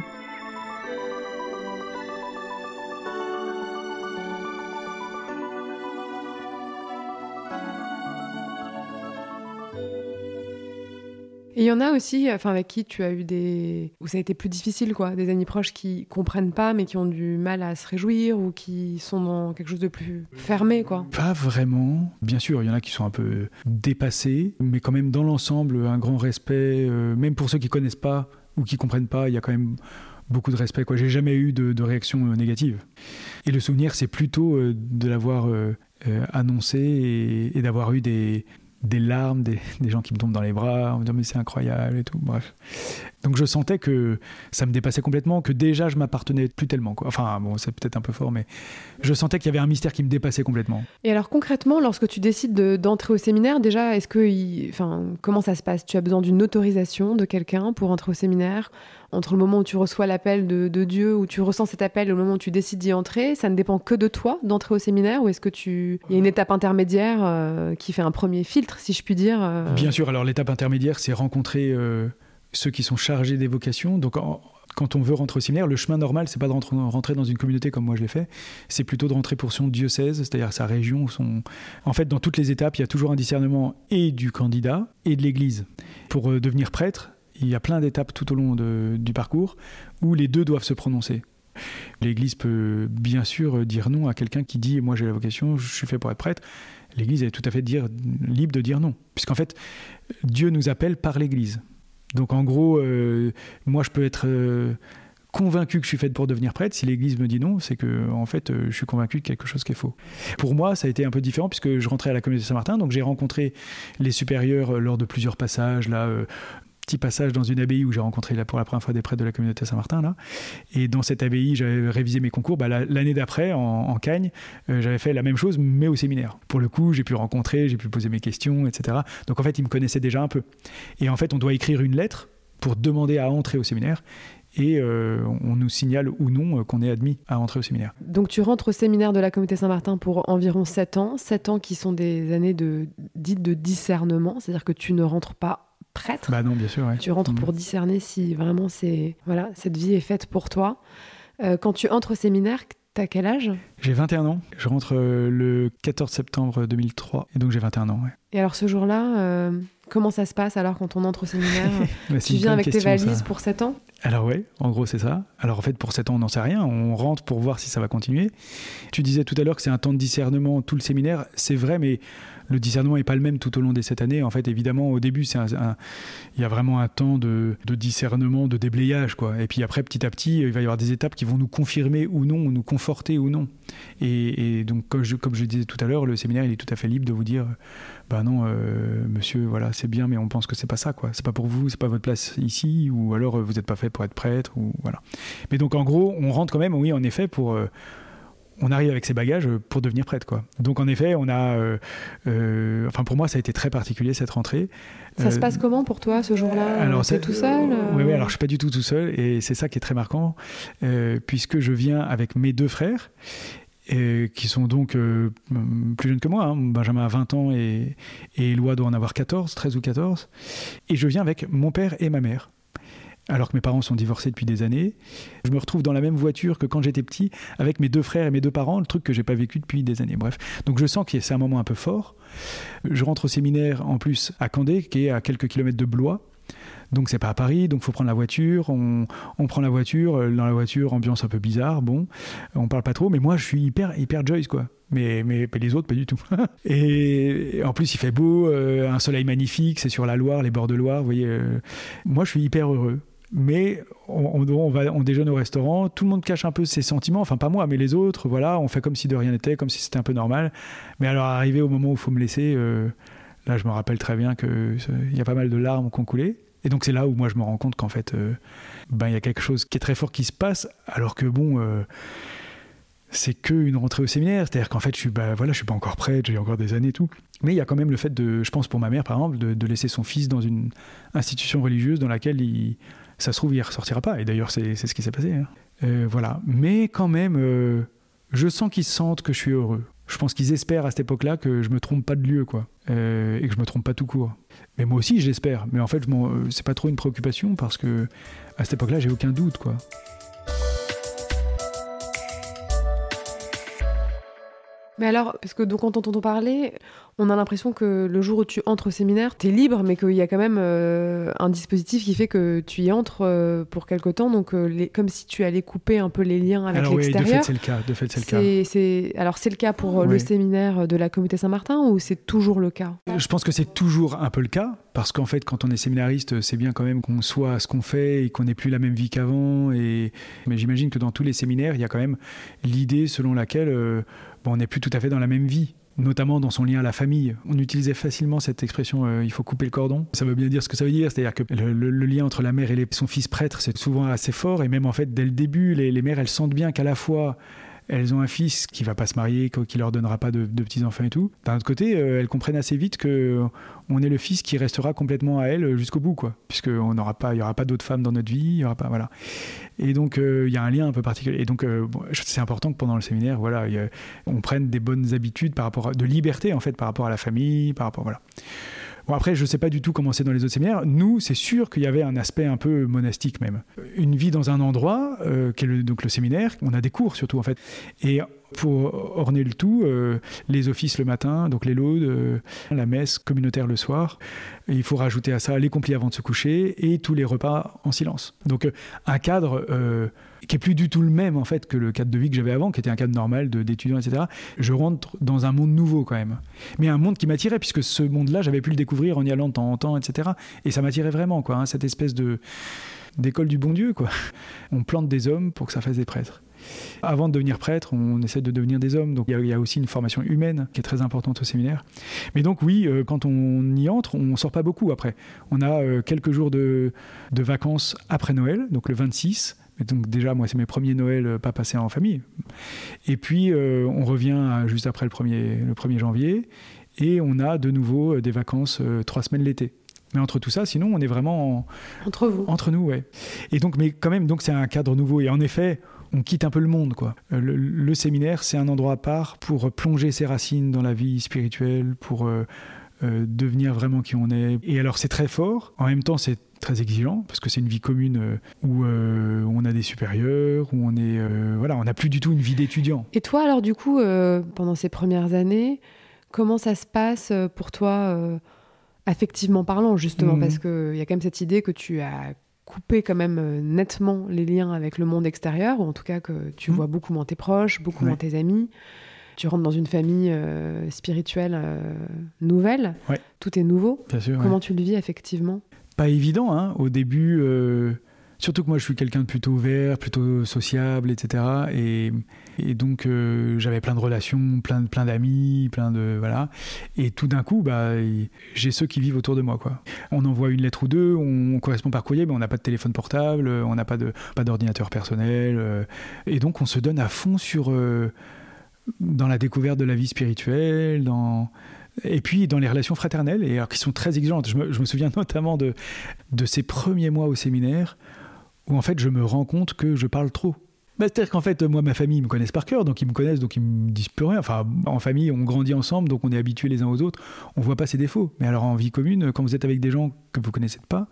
Et il y en a aussi, enfin avec qui tu as eu des... où ça a été plus difficile, quoi, des amis proches qui comprennent pas, mais qui ont du mal à se réjouir ou qui sont dans quelque chose de plus fermé, quoi. Pas vraiment. Bien sûr, il y en a qui sont un peu dépassés, mais quand même dans l'ensemble, un grand respect, euh, même pour ceux qui connaissent pas ou qui comprennent pas, il y a quand même beaucoup de respect, quoi. J'ai jamais eu de, de réaction euh, négative. Et le souvenir, c'est plutôt euh, de l'avoir euh, euh, annoncé et, et d'avoir eu des... des larmes, des, des gens qui me tombent dans les bras, on me dit mais c'est incroyable et tout, bref. Donc je sentais que ça me dépassait complètement, que déjà je m'appartenais plus tellement, quoi. Enfin bon, c'est peut-être un peu fort, mais je sentais qu'il y avait un mystère qui me dépassait complètement. Et alors concrètement, lorsque tu décides de, d'entrer au séminaire, déjà, est-ce que, il, enfin, comment ça se passe? Tu as besoin d'une autorisation de quelqu'un pour entrer au séminaire? Entre le moment où tu reçois l'appel de, de Dieu, où tu ressens cet appel, et le moment où tu décides d'y entrer, ça ne dépend que de toi d'entrer au séminaire, ou est-ce que tu... il y a une étape intermédiaire euh, qui fait un premier filtre, si je puis dire euh... Bien sûr, alors l'étape intermédiaire, c'est rencontrer euh, ceux qui sont chargés des vocations. Donc en, quand on veut rentrer au séminaire, le chemin normal, c'est pas de rentrer, rentrer dans une communauté comme moi je l'ai fait, c'est plutôt de rentrer pour son diocèse, c'est-à-dire sa région. Son... En fait, dans toutes les étapes, il y a toujours un discernement et du candidat et de l'Église. Pour euh, devenir prêtre, il y a plein d'étapes tout au long de, du parcours où les deux doivent se prononcer. L'Église peut bien sûr dire non à quelqu'un qui dit « moi j'ai la vocation, je suis fait pour être prêtre ». L'Église est tout à fait dire, libre de dire non. Puisqu'en fait, Dieu nous appelle par l'Église. Donc en gros, euh, moi je peux être euh, convaincu que je suis fait pour devenir prêtre. Si l'Église me dit non, c'est que en fait, euh, je suis convaincu de quelque chose qui est faux. Pour moi, ça a été un peu différent puisque je rentrais à la communauté Saint-Martin. Donc j'ai rencontré les supérieurs lors de plusieurs passages, là... Euh, petit passage dans une abbaye où j'ai rencontré là, pour la première fois des prêtres de la communauté Saint-Martin là. Et dans cette abbaye j'avais révisé mes concours bah, la, l'année d'après en, en Cagne euh, j'avais fait la même chose mais au séminaire. Pour le coup j'ai pu rencontrer, j'ai pu poser mes questions, etc. Donc en fait ils me connaissaient déjà un peu et en fait on doit écrire une lettre pour demander à entrer au séminaire et euh, on nous signale ou non qu'on est admis à entrer au séminaire. Donc tu rentres au séminaire de la communauté Saint-Martin pour environ sept ans, sept ans qui sont des années de, dites de discernement, c'est-à-dire que tu ne rentres pas prêtre. Bah non, bien sûr, ouais. Tu rentres mmh. pour discerner si vraiment c'est, voilà, cette vie est faite pour toi. Euh, quand tu entres au séminaire, t'as quel âge? J'ai vingt et un ans. Je rentre euh, le quatorze septembre deux mille trois et donc j'ai vingt et un ans. Ouais. Et alors ce jour-là, euh, comment ça se passe alors quand on entre au séminaire? bah, Tu viens avec question, tes valises ça. Pour sept ans? Alors ouais, en gros c'est ça. Alors en fait pour sept ans on n'en sait rien, on rentre pour voir si ça va continuer. Tu disais tout à l'heure que c'est un temps de discernement tout le séminaire, c'est vrai mais le discernement n'est pas le même tout au long des sept années. En fait évidemment au début c'est un, un, il y a vraiment un temps de, de discernement, de déblayage quoi. Et puis après petit à petit il va y avoir des étapes qui vont nous confirmer ou non, ou nous conforter ou non. Et, et donc comme je, comme je disais tout à l'heure, le séminaire il est tout à fait libre de vous dire bah non euh, monsieur voilà c'est bien mais on pense que c'est pas ça quoi. C'est pas pour vous, c'est pas votre place ici ou alors vous n'êtes pas fait pour être prêtre ou voilà. Mais donc en gros on rentre quand même oui en effet pour euh, on arrive avec ses bagages pour devenir prêtre quoi. Donc en effet on a euh, euh, enfin pour moi ça a été très particulier cette rentrée. Ça euh, se passe comment pour toi ce jour-là? Alors t'es tout seul? euh, Oui oui alors je suis pas du tout tout seul et c'est ça qui est très marquant euh, puisque je viens avec mes deux frères. Et qui sont donc euh, plus jeunes que moi, hein. Benjamin a vingt ans et, et Éloi doit en avoir quatorze, treize ou quatorze. Et je viens avec mon père et ma mère. Alors que mes parents sont divorcés depuis des années. Je me retrouve dans la même voiture que quand j'étais petit, avec mes deux frères et mes deux parents, le truc que j'ai pas vécu depuis des années. Bref, donc je sens que c'est un moment un peu fort. Je rentre au séminaire en plus à Candé, qui est à quelques kilomètres de Blois. Donc c'est pas à Paris, donc faut prendre la voiture, on, on prend la voiture, dans la voiture, ambiance un peu bizarre, bon, on parle pas trop, mais moi je suis hyper, hyper joyeux quoi, mais, mais, mais les autres pas du tout. et, et en plus il fait beau, euh, un soleil magnifique, c'est sur la Loire, les bords de Loire, vous voyez, euh, moi je suis hyper heureux. Mais on, on, on, va, on déjeune au restaurant, tout le monde cache un peu ses sentiments, enfin pas moi, mais les autres, voilà, on fait comme si de rien n'était, comme si c'était un peu normal. Mais alors, arrivé au moment où il faut me laisser, euh, là, je me rappelle très bien qu'il y a pas mal de larmes qui ont coulé. Et donc, c'est là où moi, je me rends compte qu'en fait, euh, ben, y a quelque chose qui est très fort qui se passe, alors que bon... Euh, c'est qu'une rentrée au séminaire, c'est-à-dire qu'en fait, je suis, bah, voilà, je suis pas encore prête, j'ai encore des années et tout. Mais il y a quand même le fait de, je pense pour ma mère par exemple, de, de laisser son fils dans une institution religieuse dans laquelle il, ça se trouve, il ressortira pas. Et d'ailleurs, c'est, c'est ce qui s'est passé. Hein. Euh, voilà. Mais quand même, euh, je sens qu'ils sentent que je suis heureux. Je pense qu'ils espèrent à cette époque-là que je me trompe pas de lieu, quoi, euh, et que je me trompe pas tout court. Mais moi aussi, j'espère. Mais en fait, je m'en, euh, c'est pas trop une préoccupation parce que à cette époque-là, j'ai aucun doute, quoi. Mais alors, parce que donc, quand on t'entend parler, on a l'impression que le jour où tu entres au séminaire, t'es libre, mais qu'il y a quand même euh, un dispositif qui fait que tu y entres euh, pour quelque temps, donc euh, les, comme si tu allais couper un peu les liens avec alors, l'extérieur. Oui, de fait, c'est le cas. De fait, c'est le c'est, cas. C'est, alors, c'est le cas pour oui. le séminaire de la communauté Saint-Martin ou c'est toujours le cas ? Je pense que c'est toujours un peu le cas, parce qu'en fait, quand on est séminariste, c'est bien quand même qu'on soit à ce qu'on fait et qu'on n'ait plus la même vie qu'avant. Et... Mais j'imagine que dans tous les séminaires, il y a quand même l'idée selon laquelle... Euh, Bon, on n'est plus tout à fait dans la même vie, notamment dans son lien à la famille. On utilisait facilement cette expression euh, « il faut couper le cordon ». Ça veut bien dire ce que ça veut dire, c'est-à-dire que le, le, le lien entre la mère et les, son fils prêtre, c'est souvent assez fort, et même en fait, dès le début, les, les mères, elles sentent bien qu'à la fois, elles ont un fils qui ne va pas se marier, qui ne leur donnera pas de, de petits-enfants et tout. D'un autre côté, euh, elles comprennent assez vite qu'on est le fils qui restera complètement à elles jusqu'au bout, quoi, puisqu'il n'y aura pas, pas d'autres femmes dans notre vie, il y aura pas... Voilà. Et donc, il euh, y a un lien un peu particulier. Et donc, euh, bon, c'est important que pendant le séminaire, voilà, y a, on prenne des bonnes habitudes par rapport à, de liberté, en fait, par rapport à la famille, par rapport... Voilà. Bon, après, je ne sais pas du tout comment c'est dans les autres séminaires. Nous, c'est sûr qu'il y avait un aspect un peu monastique même. Une vie dans un endroit, euh, qui est le, donc le séminaire, on a des cours surtout, en fait. Et pour orner le tout, euh, les offices le matin, donc les laudes, euh, la messe communautaire le soir. Et il faut rajouter à ça les complis avant de se coucher et tous les repas en silence. Donc, euh, un cadre... Euh, qui est plus du tout le même en fait que le cadre de vie que j'avais avant, qui était un cadre normal de, d'étudiant, et cetera. Je rentre dans un monde nouveau quand même. Mais un monde qui m'attirait, puisque ce monde-là, j'avais pu le découvrir en y allant de temps en temps, et cetera. Et ça m'attirait vraiment, quoi, hein, cette espèce de, d'école du bon Dieu, quoi. On plante des hommes pour que ça fasse des prêtres. Avant de devenir prêtre, on essaie de devenir des hommes. Donc il y, y a aussi une formation humaine qui est très importante au séminaire. Mais donc oui, euh, quand on y entre, on ne sort pas beaucoup après. On a euh, quelques jours de, de vacances après Noël, donc le vingt-six. Et donc déjà, moi, c'est mes premiers Noël pas passés en famille. Et puis, euh, on revient à, juste après le premier, le premier janvier et on a de nouveau des vacances euh, trois semaines l'été. Mais entre tout ça, sinon, on est vraiment... En, entre vous. Entre nous, ouais. Et donc, mais quand même, donc, c'est un cadre nouveau. Et en effet, on quitte un peu le monde, quoi. Le, le séminaire, c'est un endroit à part pour plonger ses racines dans la vie spirituelle, pour euh, euh, devenir vraiment qui on est. Et alors, c'est très fort. En même temps, c'est très exigeant parce que c'est une vie commune euh, où euh, on a des supérieurs, où on est euh, voilà, on n'a plus du tout une vie d'étudiant. Et toi alors du coup euh, pendant ces premières années, comment ça se passe pour toi euh, affectivement parlant justement, mmh. parce que il y a quand même cette idée que tu as coupé quand même euh, nettement les liens avec le monde extérieur, ou en tout cas que tu mmh. vois beaucoup moins tes proches, beaucoup ouais. moins tes amis. Tu rentres dans une famille euh, spirituelle euh, nouvelle, ouais. tout est nouveau. Bien sûr, comment ouais. tu le vis affectivement? Pas évident, hein. Au début, euh, surtout que moi je suis quelqu'un de plutôt ouvert, plutôt sociable, et cetera. Et, et donc euh, j'avais plein de relations, plein, plein d'amis, plein de voilà. Et tout d'un coup, bah, j'ai ceux qui vivent autour de moi, quoi. On envoie une lettre ou deux, on, on correspond par courrier, mais on n'a pas de téléphone portable, on n'a pas de pas d'ordinateur personnel, euh, et donc on se donne à fond sur euh, dans la découverte de la vie spirituelle, dans et puis dans les relations fraternelles, et alors qui sont très exigeantes. Je me, je me souviens notamment de, de ces premiers mois au séminaire où en fait je me rends compte que je parle trop. Bah, c'est-à-dire qu'en fait, moi, ma famille, ils me connaissent par cœur, donc ils me connaissent, donc ils me disent plus rien. Enfin, en famille, on grandit ensemble, donc on est habitués les uns aux autres, on voit pas ses défauts. Mais alors en vie commune, quand vous êtes avec des gens que vous connaissez pas,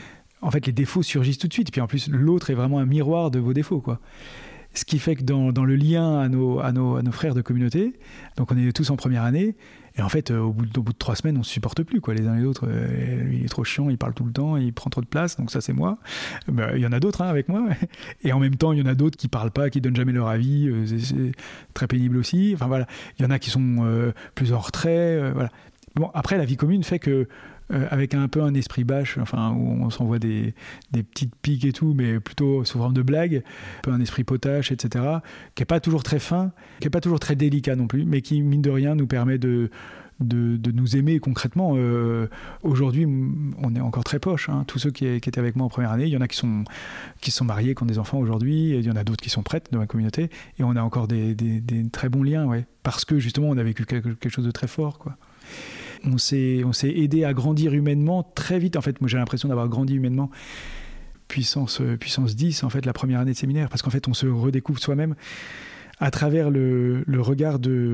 en fait les défauts surgissent tout de suite. Et puis en plus, l'autre est vraiment un miroir de vos défauts, quoi. Ce qui fait que dans, dans le lien à nos, à, nos, à nos frères de communauté, donc on est tous en première année, et en fait, euh, au, bout de, au bout de trois semaines, on ne se supporte plus, quoi, les uns les autres. Euh, lui, il est trop chiant, il parle tout le temps, il prend trop de place, donc ça, c'est moi. Ben, il y en a d'autres hein, avec moi. Et en même temps, il y en a d'autres qui ne parlent pas, qui ne donnent jamais leur avis. Euh, c'est, c'est très pénible aussi. Enfin, voilà. Il y en a qui sont euh, plus en retrait. Euh, voilà. Bon, après, la vie commune fait que euh, avec un peu un esprit bâche, enfin, où on s'envoie des, des petites piques et tout, mais plutôt sous forme de blague, un peu un esprit potache, et cetera, qui n'est pas toujours très fin, qui n'est pas toujours très délicat non plus, mais qui, mine de rien, nous permet de... De, de nous aimer concrètement. Euh, aujourd'hui, on est encore très poches. Hein. Tous ceux qui, qui étaient avec moi en première année, il y en a qui sont, qui sont mariés, qui ont des enfants aujourd'hui, il y en a d'autres qui sont prêtres de ma communauté, et on a encore des, des, des très bons liens, ouais, parce que justement, on a vécu quelque, quelque chose de très fort, quoi. On s'est, on s'est aidé à grandir humainement très vite. En fait, moi, j'ai l'impression d'avoir grandi humainement puissance, puissance dix, en fait, la première année de séminaire, parce qu'en fait, on se redécouvre soi-même à travers le, le regard de...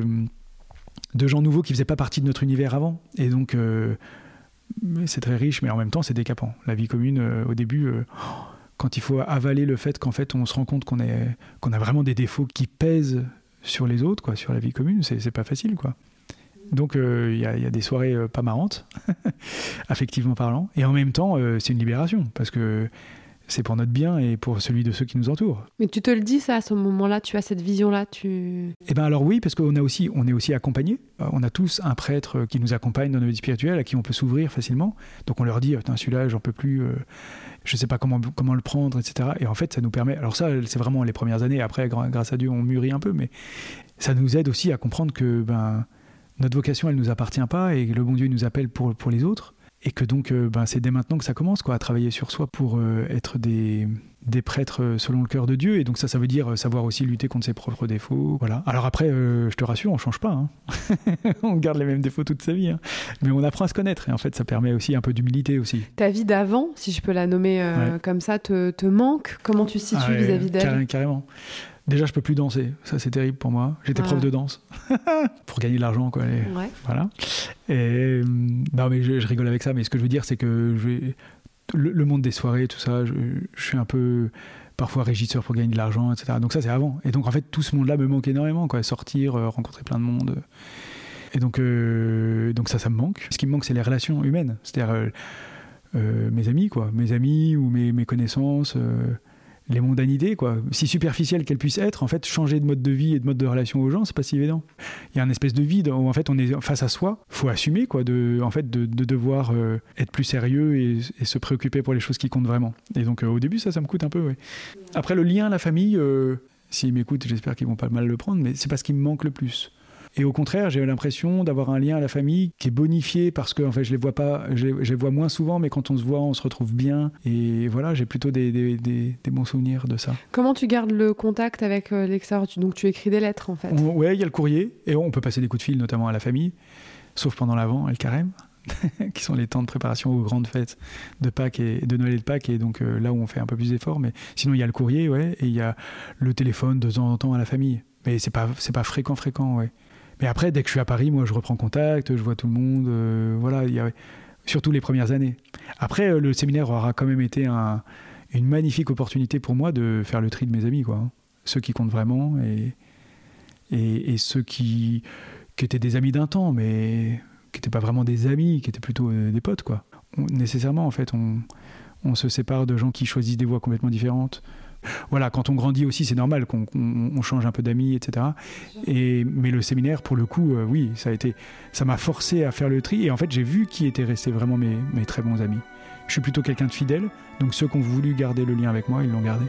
de gens nouveaux qui ne faisaient pas partie de notre univers avant. Et donc, euh, c'est très riche, mais en même temps, c'est décapant. La vie commune, euh, au début, euh, quand il faut avaler le fait qu'en fait, on se rend compte qu'on, est, qu'on a vraiment des défauts qui pèsent sur les autres, quoi, sur la vie commune, c'est, c'est pas facile, quoi. Donc, il euh, y, y a des soirées euh, pas marrantes, affectivement parlant. Et en même temps, euh, c'est une libération, parce que c'est pour notre bien et pour celui de ceux qui nous entourent. Mais tu te le dis ça, à ce moment-là, tu as cette vision-là, tu... Eh bien alors oui, parce qu'on a aussi, on est aussi accompagnés. On a tous un prêtre qui nous accompagne dans nos vies spirituelles, à qui on peut s'ouvrir facilement. Donc on leur dit, oh, celui-là, j'en peux plus, euh, je ne sais pas comment, comment le prendre, et cetera. Et en fait, ça nous permet... Alors ça, c'est vraiment les premières années. Après, grâce à Dieu, on mûrit un peu, mais ça nous aide aussi à comprendre que ben, notre vocation, elle ne nous appartient pas et que le bon Dieu nous appelle pour, pour les autres. Et que donc, euh, ben, c'est dès maintenant que ça commence, quoi, à travailler sur soi pour euh, être des, des prêtres selon le cœur de Dieu. Et donc ça, ça veut dire savoir aussi lutter contre ses propres défauts. Voilà. Alors après, euh, je te rassure, on ne change pas. Hein. On garde les mêmes défauts toute sa vie. Hein. Mais on apprend à se connaître. Et en fait, ça permet aussi un peu d'humilité aussi. Ta vie d'avant, si je peux la nommer euh, ouais. comme ça, te, te manque ? Comment tu te situes ah ouais, vis-à-vis d'elle ? carré- Carrément. Déjà, je peux plus danser. Ça, c'est terrible pour moi. J'étais ah. prof de danse pour gagner de l'argent, quoi. Et ouais. Voilà. Et non, mais je, je rigole avec ça. Mais ce que je veux dire, c'est que je vais... le, le monde des soirées, tout ça, je, je suis un peu parfois régisseur pour gagner de l'argent, et cetera. Donc ça, c'est avant. Et donc en fait, tout ce monde-là me manque énormément, quoi. Sortir, euh, rencontrer plein de monde. Et donc, euh, donc ça, ça me manque. Ce qui me manque, c'est les relations humaines. C'est-à-dire euh, euh, mes amis, quoi. Mes amis ou mes, mes connaissances. Euh, les mondanités, quoi. Si superficielles qu'elles puissent être, en fait, changer de mode de vie et de mode de relation aux gens, c'est pas si évident. Il y a une espèce de vide où, en fait, on est face à soi. Faut assumer, quoi, de, en fait, de, de devoir euh, être plus sérieux et, et se préoccuper pour les choses qui comptent vraiment. Et donc, euh, au début, ça, ça me coûte un peu, ouais. Après, le lien à la famille, euh, s'ils m'écoutent, j'espère qu'ils vont pas mal le prendre, mais c'est pas ce qui me manque le plus. Et au contraire, j'ai l'impression d'avoir un lien à la famille qui est bonifié parce que en fait, je les vois pas, je les, je les vois moins souvent, mais quand on se voit, on se retrouve bien. Et voilà, j'ai plutôt des, des, des, des bons souvenirs de ça. Comment tu gardes le contact avec euh, l'extérieur ? Donc tu écris des lettres en fait ? Oui, il y a le courrier et on peut passer des coups de fil, notamment à la famille, sauf pendant l'Avent et le Carême, qui sont les temps de préparation aux grandes fêtes de Pâques et de Noël et de Pâques. Et donc euh, là où on fait un peu plus d'efforts. Mais sinon, il y a le courrier, ouais, et il y a le téléphone de temps en temps à la famille. Mais c'est pas, c'est pas fréquent, fréquent, ouais. Mais après, dès que je suis à Paris, moi, je reprends contact, je vois tout le monde. Euh, voilà, il y a, surtout les premières années. Après, euh, le séminaire aura quand même été un, une magnifique opportunité pour moi de faire le tri de mes amis, quoi. Hein. Ceux qui comptent vraiment et, et, et ceux qui, qui étaient des amis d'un temps, mais qui n'étaient pas vraiment des amis, qui étaient plutôt euh, des potes, quoi. On, nécessairement, en fait, on, on se sépare de gens qui choisissent des voies complètement différentes. Voilà, quand on grandit aussi, c'est normal qu'on, qu'on on change un peu d'amis, et cetera. Et, mais le séminaire, pour le coup, euh, oui, ça a été, ça m'a forcé à faire le tri. Et en fait, j'ai vu qui étaient restés vraiment mes, mes très bons amis. Je suis plutôt quelqu'un de fidèle, donc ceux qui ont voulu garder le lien avec moi, ils l'ont gardé.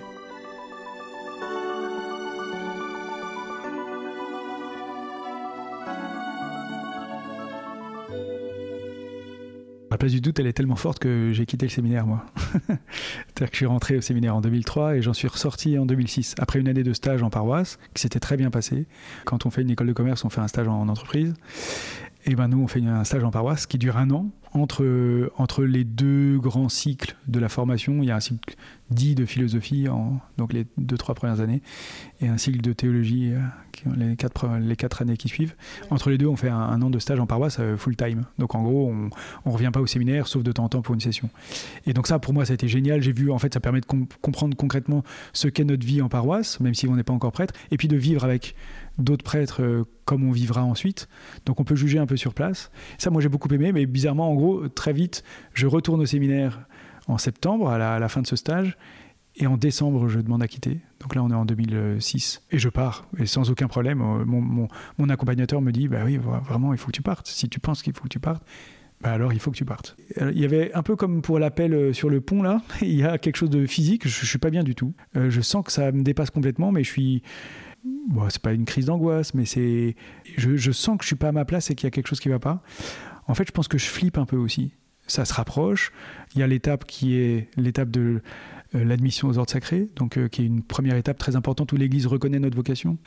La place du doute, elle est tellement forte que j'ai quitté le séminaire, moi. C'est-à-dire que je suis rentré au séminaire en deux mille trois et j'en suis ressorti en deux mille six, après une année de stage en paroisse, qui s'était très bien passée. Quand on fait une école de commerce, on fait un stage en entreprise. Et ben nous, on fait un stage en paroisse qui dure un an. Entre, entre les deux grands cycles de la formation, il y a un cycle dit de philosophie, en, donc les deux, trois premières années, et un cycle de théologie, euh, qui, les, quatre, les quatre années qui suivent. Entre les deux, on fait un, un an de stage en paroisse euh, full-time. Donc en gros, on ne revient pas au séminaire, sauf de temps en temps pour une session. Et donc ça, pour moi, ça a été génial. J'ai vu, en fait, ça permet de com- comprendre concrètement ce qu'est notre vie en paroisse, même si on n'est pas encore prêtre, et puis de vivre avec d'autres prêtres euh, comme on vivra ensuite. Donc on peut juger un peu sur place. Ça, moi, j'ai beaucoup aimé, mais bizarrement, en gros, très vite, je retourne au séminaire en septembre, à la, à la fin de ce stage, et en décembre, je demande à quitter. Donc là, on est en deux mille six, et je pars, et sans aucun problème. Mon, mon, mon accompagnateur me dit, bah oui, vraiment, il faut que tu partes. Si tu penses qu'il faut que tu partes, bah alors il faut que tu partes. Il y avait un peu comme pour l'appel sur le pont là, il y a quelque chose de physique, je, je suis pas bien du tout. Euh, je sens que ça me dépasse complètement, mais je suis... Bon, c'est pas une crise d'angoisse, mais c'est... Je, je sens que je suis pas à ma place et qu'il y a quelque chose qui va pas. En fait, je pense que je flippe un peu aussi. Ça se rapproche. Il y a l'étape qui est l'étape de euh, l'admission aux ordres sacrés, donc euh, qui est une première étape très importante où l'Église reconnaît notre vocation.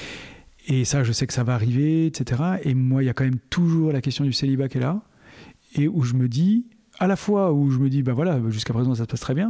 Et ça, je sais que ça va arriver, et cetera. Et moi, il y a quand même toujours la question du célibat qui est là, et où je me dis, à la fois où je me dis, bah voilà, jusqu'à présent ça se passe très bien,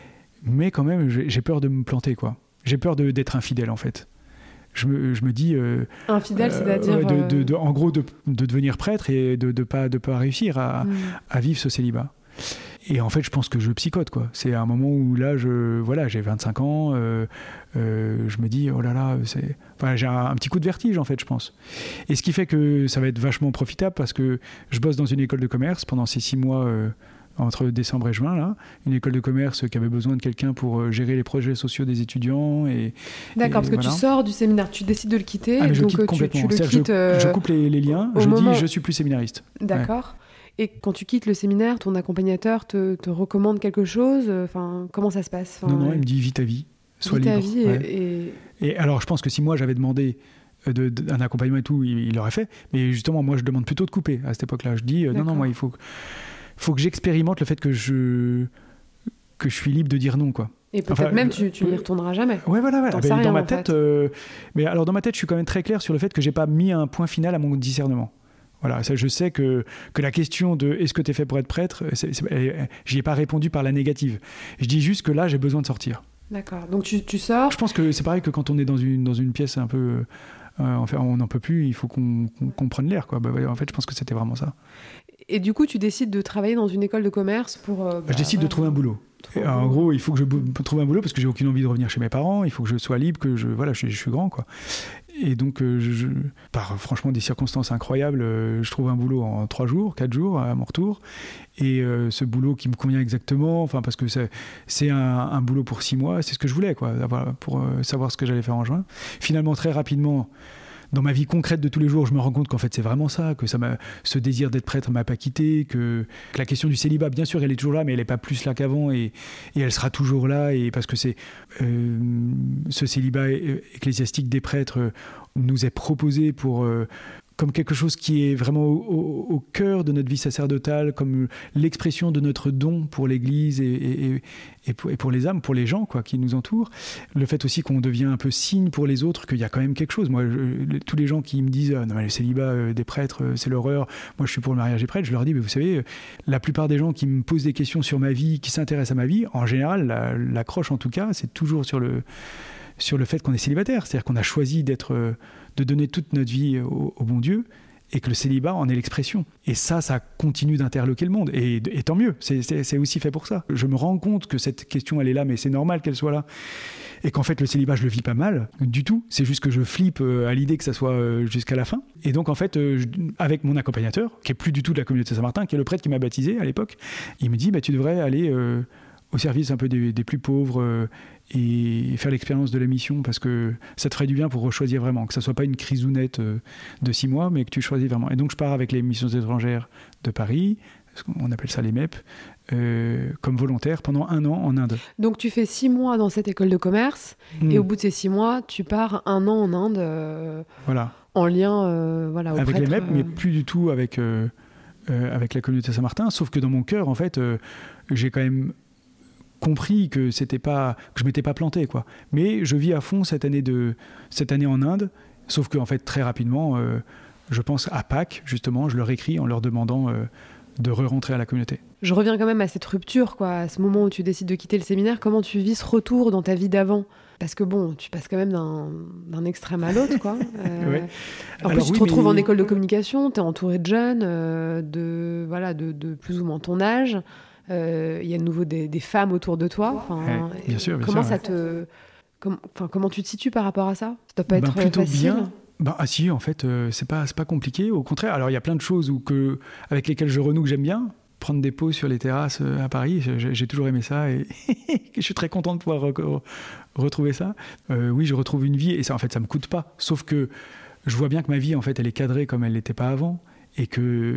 mais quand même, j'ai, j'ai peur de me planter, quoi. J'ai peur de, d'être infidèle, en fait. Je me, je me dis... Euh, infidèle, euh, c'est-à-dire... De, de, de, en gros, de, de devenir prêtre et de ne pas, de pas réussir à, mmh. à vivre ce célibat. Et en fait, je pense que je psychote, quoi. C'est un moment où là, je, voilà, j'ai vingt-cinq ans, euh, euh, je me dis, oh là là, c'est... Enfin, j'ai un, un petit coup de vertige, en fait, je pense. Et ce qui fait que ça va être vachement profitable parce que je bosse dans une école de commerce pendant ces six mois... Euh, entre décembre et juin, là, une école de commerce qui avait besoin de quelqu'un pour gérer les projets sociaux des étudiants. Et, D'accord, et parce que voilà. Tu sors du séminaire, tu décides de le quitter. Ah, mais je donc quitte complètement. Tu, tu le quittes, je, euh, je coupe les, les liens, je moment... dis je suis plus séminariste. D'accord. Ouais. Et quand tu quittes le séminaire, ton accompagnateur te, te recommande quelque chose, enfin, comment ça se passe enfin, Non, non, ouais. il me dit vis ta vie, sois vis libre. Ta vie ouais. et, et... et alors, je pense que si moi j'avais demandé de, de, un accompagnement et tout, il, il l'aurait fait. Mais justement, moi, je demande plutôt de couper à cette époque-là. Je dis euh, non, non, moi, il faut... faut que j'expérimente le fait que je, que je suis libre de dire non, quoi. Et peut-être enfin, même tu, tu n'y retourneras jamais. Ouais, voilà, voilà. Ben, rien, dans ma en tête, fait. euh, mais alors dans ma tête, je suis quand même très clair sur le fait que j'ai pas mis un point final à mon discernement. Voilà, ça, je sais que, que la question de est-ce que tu es fait pour être prêtre, c'est, c'est, elle, j'y ai pas répondu par la négative. Je dis juste que là, j'ai besoin de sortir. D'accord. Donc tu, tu sors. Je pense que c'est pareil que quand on est dans une, dans une pièce un peu. Euh, enfin, on n'en peut plus, il faut qu'on, qu'on, qu'on prenne l'air, quoi. Bah, en fait, je pense que c'était vraiment ça. Et du coup, tu décides de travailler dans une école de commerce pour... Euh, bah, je décide voilà, de trouver un boulot. Et, en boulot. Gros, il faut que je b- trouve un boulot parce que j'ai aucune envie de revenir chez mes parents. Il faut que je sois libre, que je... Voilà, je, je suis grand, quoi. Et donc, euh, je, je, par franchement des circonstances incroyables, euh, je trouve un boulot en trois jours, quatre jours à mon retour. Et euh, ce boulot qui me convient exactement, enfin, parce que c'est, c'est un, un boulot pour six mois, c'est ce que je voulais, quoi, pour euh, savoir ce que j'allais faire en juin. Finalement, très rapidement... Dans ma vie concrète de tous les jours, je me rends compte qu'en fait c'est vraiment ça, que ça m'a, ce désir d'être prêtre m'a pas quitté, que, que la question du célibat, bien sûr, elle est toujours là, mais elle est pas plus là qu'avant, et, et elle sera toujours là, et parce que c'est euh, ce célibat ecclésiastique des prêtres nous est proposé pour euh, comme quelque chose qui est vraiment au, au, au cœur de notre vie sacerdotale, comme l'expression de notre don pour l'Église et, et, et, pour, et pour les âmes, pour les gens, quoi, qui nous entourent. Le fait aussi qu'on devient un peu signe pour les autres, qu'il y a quand même quelque chose. Moi, je, tous les gens qui me disent ah, « Non, mais le célibat euh, des prêtres, euh, c'est l'horreur. Moi, je suis pour le mariage des prêtres. » Je leur dis « Mais vous savez, la plupart des gens qui me posent des questions sur ma vie, qui s'intéressent à ma vie, en général, la, l'accroche en tout cas, c'est toujours sur le, sur le fait qu'on est célibataire. C'est-à-dire qu'on a choisi d'être... Euh, de donner toute notre vie au, au bon Dieu, et que le célibat en est l'expression. Et ça, ça continue d'interloquer le monde. Et, et tant mieux, c'est, c'est, c'est aussi fait pour ça. Je me rends compte que cette question, elle est là, mais c'est normal qu'elle soit là. Et qu'en fait, le célibat, je le vis pas mal, du tout. C'est juste que je flippe à l'idée que ça soit jusqu'à la fin. Et donc, en fait, je, avec mon accompagnateur, qui est plus du tout de la communauté Saint-Martin, qui est le prêtre qui m'a baptisé à l'époque, il me dit, bah, tu devrais aller euh, au service un peu des, des plus pauvres, euh, et faire l'expérience de la mission, parce que ça te ferait du bien pour rechoisir vraiment, que ça soit pas une crisounette de six mois, mais que tu choisis vraiment. Et donc je pars avec les missions étrangères de Paris, on appelle ça les M E P, euh, comme volontaire pendant un an en Inde. Donc tu fais six mois dans cette école de commerce, mmh. et au bout de ces six mois, tu pars un an en Inde, euh, voilà. en lien euh, voilà, au avec prêtre, les M E P, euh... mais plus du tout avec, euh, euh, avec la communauté Saint-Martin, sauf que dans mon cœur, en fait, euh, j'ai quand même compris que c'était pas que je m'étais pas planté, quoi. Mais je vis à fond cette année de cette année en Inde, sauf que en fait très rapidement, euh, je pense à Pâques justement, je leur écris en leur demandant euh, de re-rentrer à la communauté. Je reviens quand même à cette rupture, quoi, à ce moment où tu décides de quitter le séminaire. Comment tu vis ce retour dans ta vie d'avant ? Parce que bon, tu passes quand même d'un, d'un extrême à l'autre, quoi. Euh, ouais. En Alors, plus, tu oui, te retrouves mais... en école de communication, tu es entouré de jeunes, euh, de voilà, de, de plus ou moins ton âge. Il euh, y a de nouveau des, des femmes autour de toi. Ouais, bien sûr, bien comment sûr, ça ouais. te, com, comment tu te situes par rapport à ça ? Ça doit pas ben, être plutôt facile. Bien. Ben, ah si, en fait, euh, c'est pas c'est pas compliqué. Au contraire, alors il y a plein de choses où que avec lesquelles je renoue que j'aime bien. Prendre des pauses sur les terrasses à Paris, j'ai, j'ai toujours aimé ça et je suis très content de pouvoir re- retrouver ça. Euh, oui, je retrouve une vie et ça, en fait, ça me coûte pas. Sauf que je vois bien que ma vie, en fait, elle est cadrée comme elle l'était pas avant et que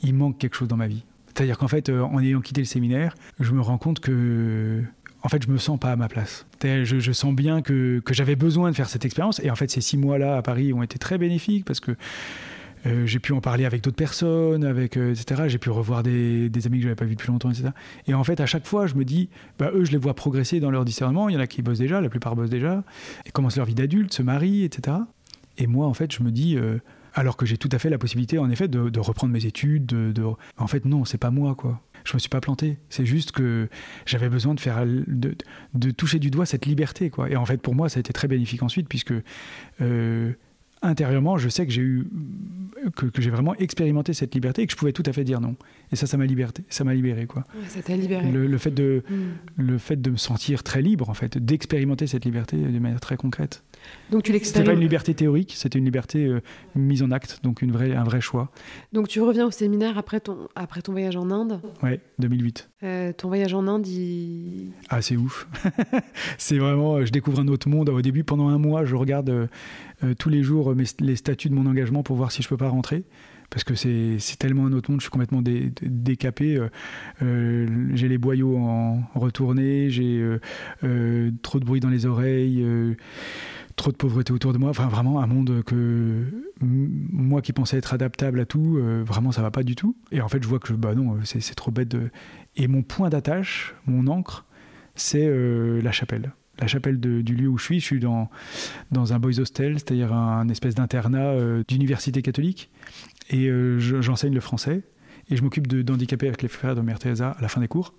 il manque quelque chose dans ma vie. C'est-à-dire qu'en fait, euh, en ayant quitté le séminaire, je me rends compte que, en fait, je me sens pas à ma place. Je, je sens bien que, que j'avais besoin de faire cette expérience. Et en fait, ces six mois-là à Paris ont été très bénéfiques parce que euh, j'ai pu en parler avec d'autres personnes, avec, euh, et cetera. J'ai pu revoir des, des amis que je n'avais pas vus depuis longtemps, et cetera. Et en fait, à chaque fois, je me dis, bah, eux, je les vois progresser dans leur discernement. Il y en a qui bossent déjà, la plupart bossent déjà, et commencent leur vie d'adulte, se marient, et cetera. Et moi, en fait, je me dis... Euh, alors que j'ai tout à fait la possibilité, en effet, de, de reprendre mes études. De, de... En fait, non, c'est pas moi, quoi. Je me suis pas planté. C'est juste que j'avais besoin de faire, de, de toucher du doigt cette liberté, quoi. Et en fait, pour moi, ça a été très bénéfique ensuite, puisque euh, intérieurement, je sais que j'ai eu, que, que j'ai vraiment expérimenté cette liberté et que je pouvais tout à fait dire non. Et ça, ça m'a liberté, ça m'a libéré, quoi. Ouais, ça t'a libéré. Le, le fait de, mmh. le fait de me sentir très libre, en fait, d'expérimenter cette liberté de manière très concrète. Donc tu C'était pas une liberté théorique, c'était une liberté euh, mise en acte, donc une vraie, un vrai choix. Donc tu reviens au séminaire après ton, après ton voyage en Inde. Ouais, deux mille huit. Euh, ton voyage en Inde, il... Ah, c'est ouf. C'est vraiment, je découvre un autre monde. Au début, pendant un mois, je regarde euh, euh, tous les jours mes, les statuts de mon engagement pour voir si je peux pas rentrer. Parce que c'est, c'est tellement un autre monde, je suis complètement dé, dé, décapé. Euh, euh, j'ai les boyaux en retournés, j'ai euh, euh, trop de bruit dans les oreilles, euh, trop de pauvreté autour de moi. Enfin, vraiment un monde que m- moi qui pensais être adaptable à tout, euh, vraiment ça va pas du tout. Et en fait, je vois que bah non, c'est, c'est trop bête. De... Et mon point d'attache, mon ancre, c'est euh, la chapelle. La chapelle de, du lieu où je suis. Je suis dans, dans un boys hostel, c'est-à-dire un, un espèce d'internat euh, d'université catholique. Et euh, je, j'enseigne le français. Et je m'occupe de, d'handicapés avec les frères de Mère Teresa à la fin des cours.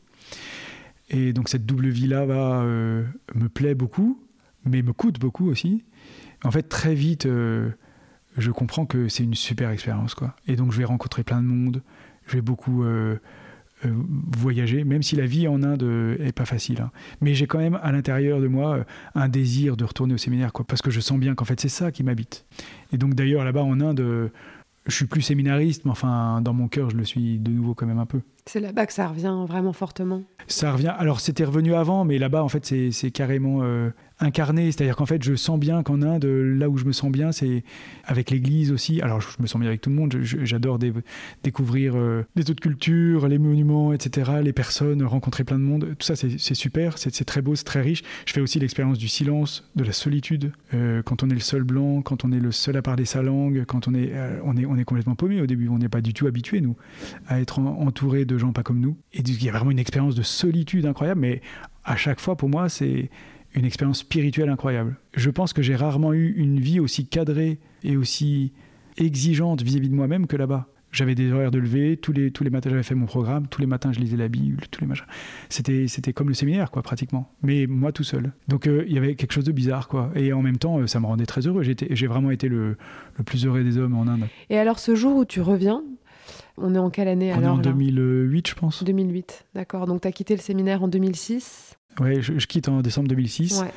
Et donc cette double vie-là va, euh, me plaît beaucoup, mais me coûte beaucoup aussi. En fait, très vite, euh, je comprends que c'est une super expérience, quoi. Et donc je vais rencontrer plein de monde. Je vais beaucoup... Euh, Euh, voyager, même si la vie en Inde euh, est pas facile, hein. Mais j'ai quand même à l'intérieur de moi euh, un désir de retourner au séminaire, quoi, parce que je sens bien qu'en fait c'est ça qui m'habite. Et donc d'ailleurs là-bas en Inde, euh, je suis plus séminariste, mais enfin dans mon cœur je le suis de nouveau quand même un peu. C'est là-bas que ça revient vraiment fortement. Ça revient. Alors c'était revenu avant, mais là-bas en fait c'est, c'est carrément euh, incarné. C'est-à-dire qu'en fait je sens bien qu'en Inde, là où je me sens bien, c'est avec l'Église aussi. Alors je me sens bien avec tout le monde. Je, j'adore des, découvrir euh, les autres cultures, les monuments, et cetera. Les personnes, rencontrer plein de monde. Tout ça c'est, c'est super, c'est, c'est très beau, c'est très riche. Je fais aussi l'expérience du silence, de la solitude. Euh, quand on est le seul blanc, quand on est le seul à parler sa langue, quand on est, euh, on est, on est complètement paumé au début. On n'est pas du tout habitué nous à être en, entouré de de gens pas comme nous. Et il y a vraiment une expérience de solitude incroyable, mais à chaque fois, pour moi, c'est une expérience spirituelle incroyable. Je pense que j'ai rarement eu une vie aussi cadrée et aussi exigeante vis-à-vis de moi-même que là-bas. J'avais des horaires de lever, tous les, tous les matins j'avais fait mon programme, tous les matins je lisais la Bible, tous les machins. C'était, c'était comme le séminaire, quoi, pratiquement. Mais moi tout seul. Donc il euh, y avait quelque chose de bizarre, quoi. Et en même temps, euh, ça me rendait très heureux. J'ai, été, j'ai vraiment été le, le plus heureux des hommes en Inde. Et alors ce jour où tu reviens, on est en quelle année on alors? On est en deux mille huit, je pense. deux mille huit, d'accord. Donc tu as quitté le séminaire en deux mille six? Ouais, je, je quitte en décembre deux mille six. Ouais.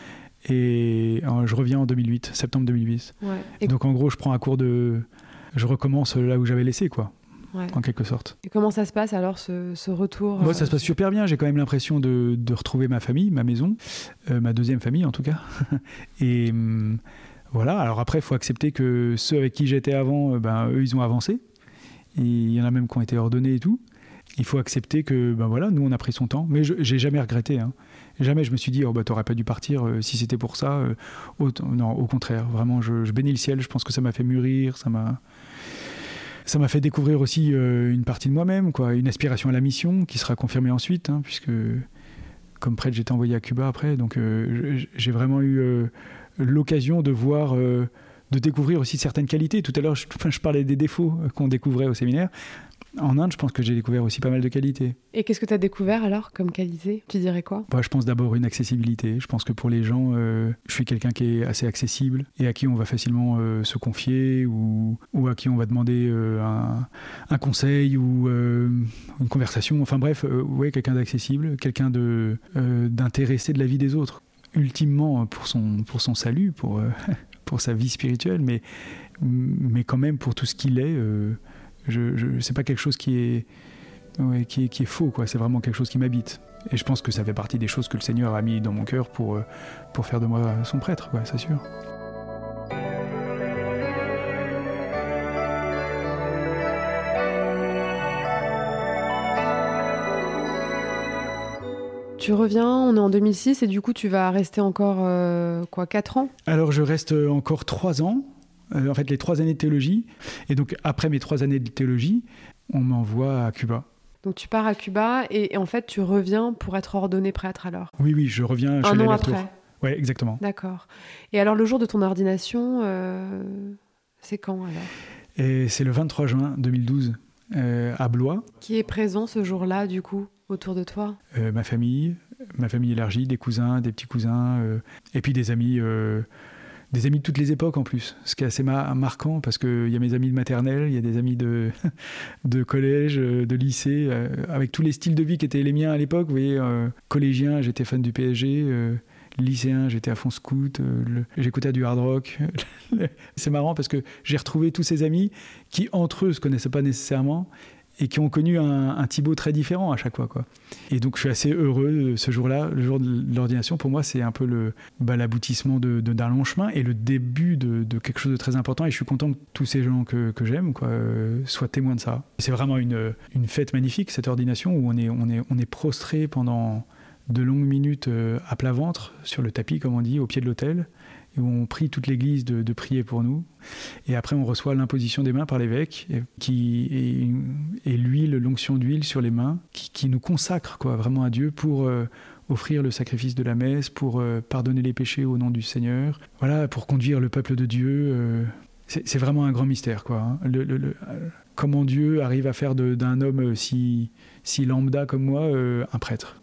Et euh, je reviens en deux mille huit, septembre deux mille huit. Ouais. Et donc en gros, je prends un cours de... Je recommence là où j'avais laissé, quoi. Ouais. En quelque sorte. Et comment ça se passe alors, ce, ce retour? Moi, ça se passe super bien. J'ai quand même l'impression de, de retrouver ma famille, ma maison, euh, ma deuxième famille en tout cas. Et hum, voilà. Alors après, il faut accepter que ceux avec qui j'étais avant, ben, eux, ils ont avancé. Et il y en a même qui ont été ordonnés et tout. Il faut accepter que, ben voilà, nous, on a pris son temps. Mais je j'ai jamais regretté. Hein. Jamais je me suis dit, oh, bah, t'aurais pas dû partir euh, si c'était pour ça. Euh, au, non, au contraire. Vraiment, je, je bénis le ciel. Je pense que ça m'a fait mûrir. Ça m'a, ça m'a fait découvrir aussi euh, une partie de moi-même, quoi. Une aspiration à la mission qui sera confirmée ensuite, hein, puisque, comme prêtre, j'étais envoyé à Cuba après. Donc, euh, j'ai vraiment eu euh, l'occasion de voir... Euh, de découvrir aussi certaines qualités. Tout à l'heure, je, je parlais des défauts qu'on découvrait au séminaire. En Inde, je pense que j'ai découvert aussi pas mal de qualités. Et qu'est-ce que tu as découvert alors comme qualité? Tu dirais quoi? Bah, je pense d'abord une accessibilité. Je pense que pour les gens, euh, je suis quelqu'un qui est assez accessible et à qui on va facilement euh, se confier ou, ou à qui on va demander euh, un, un conseil ou euh, une conversation. Enfin bref, euh, ouais, quelqu'un d'accessible, quelqu'un de, euh, d'intéressé de la vie des autres. Ultimement pour son, pour son salut, pour... Euh, pour sa vie spirituelle, mais, mais quand même pour tout ce qu'il est, euh, je, je, c'est pas quelque chose qui est, ouais, qui est, qui est faux, quoi. C'est vraiment quelque chose qui m'habite. Et je pense que ça fait partie des choses que le Seigneur a mis dans mon cœur pour, pour faire de moi son prêtre, ouais, c'est sûr. tu reviens, on est en deux mille six, et du coup, tu vas rester encore, euh, quoi, quatre ans ? Alors, je reste encore trois ans, euh, en fait, les trois années de théologie. Et donc, après mes trois années de théologie, on m'envoie à Cuba. Donc, tu pars à Cuba, et, et en fait, tu reviens pour être ordonné prêtre, alors ? Oui, oui, je reviens, je Un fais an l'aller-retour. après ? Oui, exactement. D'accord. Et alors, le jour de ton ordination, euh, c'est quand, alors ? Et c'est le vingt-trois juin deux mille douze, euh, à Blois. Qui est présent ce jour-là, du coup, autour de toi ? euh, Ma famille, ma famille élargie, des cousins, des petits cousins, euh, et puis des amis, euh, des amis de toutes les époques en plus. Ce qui est assez ma- marquant, parce qu'il y a mes amis de maternelle, il y a des amis de, de collège, de lycée, euh, avec tous les styles de vie qui étaient les miens à l'époque. Vous voyez, euh, collégien, j'étais fan du P S G. Euh, lycéen, j'étais à fond scout, euh, le, j'écoutais du hard rock. C'est marrant parce que j'ai retrouvé tous ces amis qui, entre eux, se connaissaient pas nécessairement et qui ont connu un, un Thibaut très différent à chaque fois, quoi. Et donc, je suis assez heureux ce jour-là. Le jour de l'ordination, pour moi, c'est un peu le, bah, l'aboutissement de, de, d'un long chemin et le début de, de quelque chose de très important. Et je suis content que tous ces gens que, que j'aime, quoi, euh, soient témoins de ça. C'est vraiment une, une fête magnifique, cette ordination, où on est, on est, on est prostré pendant de longues minutes euh, à plat ventre, sur le tapis, comme on dit, au pied de l'autel, et où on prie toute l'église de, de prier pour nous. Et après, on reçoit l'imposition des mains par l'évêque, et, qui, et, et l'huile, l'onction d'huile sur les mains, qui, qui nous consacre, quoi, vraiment à Dieu pour euh, offrir le sacrifice de la messe, pour euh, pardonner les péchés au nom du Seigneur, voilà, pour conduire le peuple de Dieu. Euh, c'est, c'est vraiment un grand mystère, quoi, hein. Le, le, le, euh, comment Dieu arrive à faire de, d'un homme si, si lambda comme moi euh, un prêtre.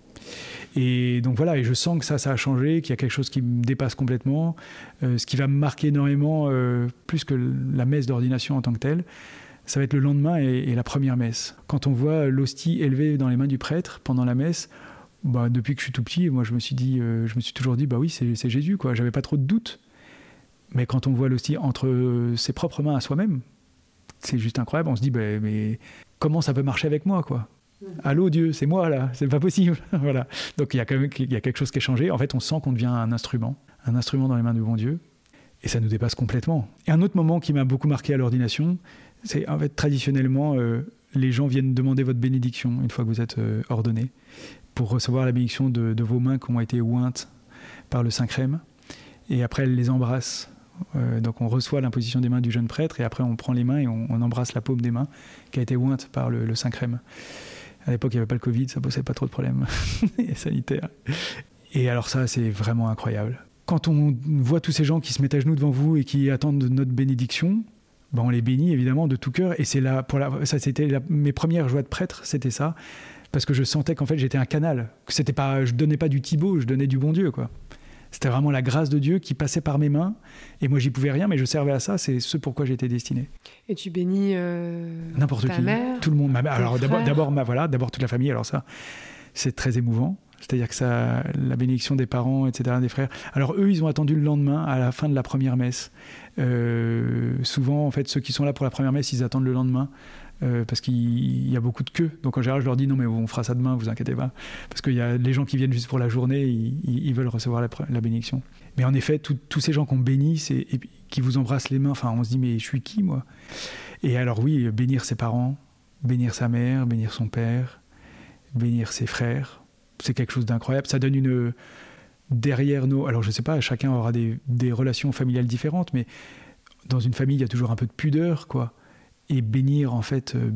Et donc voilà, et je sens que ça, ça a changé, qu'il y a quelque chose qui me dépasse complètement. Euh, ce qui va me marquer énormément, euh, plus que la messe d'ordination en tant que telle, ça va être le lendemain et, et la première messe. Quand on voit l'hostie élevée dans les mains du prêtre pendant la messe, bah, depuis que je suis tout petit, moi je me suis dit, euh, je me suis toujours dit, bah oui, c'est, c'est Jésus, quoi. J'avais pas trop de doutes. Mais quand on voit l'hostie entre ses propres mains à soi-même, c'est juste incroyable. On se dit, bah, mais comment ça peut marcher avec moi, quoi? Allô Dieu, c'est moi là, c'est pas possible. Voilà. Donc il y a quand même il y a quelque chose qui est changé. En fait, on sent qu'on devient un instrument, un instrument dans les mains du bon Dieu, et ça nous dépasse complètement. Et un autre moment qui m'a beaucoup marqué à l'ordination, c'est en fait traditionnellement euh, les gens viennent demander votre bénédiction une fois que vous êtes euh, ordonné, pour recevoir la bénédiction de, de vos mains qui ont été ointes par le Saint-Crème, et après elles les embrassent. Euh, donc on reçoit l'imposition des mains du jeune prêtre, et après on prend les mains et on, on embrasse la paume des mains qui a été ointe par le, le Saint-Crème. À l'époque, il n'y avait pas le Covid, ça ne posait pas trop de problèmes sanitaires. Et alors ça, c'est vraiment incroyable. Quand on voit tous ces gens qui se mettent à genoux devant vous et qui attendent notre bénédiction, ben on les bénit évidemment de tout cœur. Et c'est là, pour la, ça, c'était la, mes premières joies de prêtre, c'était ça, parce que je sentais qu'en fait j'étais un canal. Que c'était pas, je donnais pas du Thibaut, je donnais du bon Dieu, quoi. C'était vraiment la grâce de Dieu qui passait par mes mains. Et moi, j'y pouvais rien, mais je servais à ça. C'est ce pourquoi j'étais destiné. Et tu bénis euh, n'importe ta qui, mère, tout le monde. Ma mère, alors frères. d'abord, d'abord, ma, voilà, d'abord toute la famille. Alors ça, c'est très émouvant. C'est-à-dire que ça, la bénédiction des parents, et cetera, des frères. Alors eux, ils ont attendu le lendemain, à la fin de la première messe. Euh, souvent, en fait, ceux qui sont là pour la première messe, ils attendent le lendemain. Euh, parce qu'il y a beaucoup de queues. Donc en général, je leur dis non, mais on fera ça demain, vous inquiétez pas. Parce qu'il y a les gens qui viennent juste pour la journée, ils, ils veulent recevoir la, la bénédiction. Mais en effet, tous ces gens qu'on bénit et, et qui vous embrassent les mains, enfin, on se dit, mais je suis qui, moi? Et alors oui, bénir ses parents, bénir sa mère, bénir son père, bénir ses frères, c'est quelque chose d'incroyable. Ça donne une... Derrière nos... Alors je sais pas, chacun aura des, des relations familiales différentes, mais dans une famille, il y a toujours un peu de pudeur, quoi. Et bénir, en fait, euh,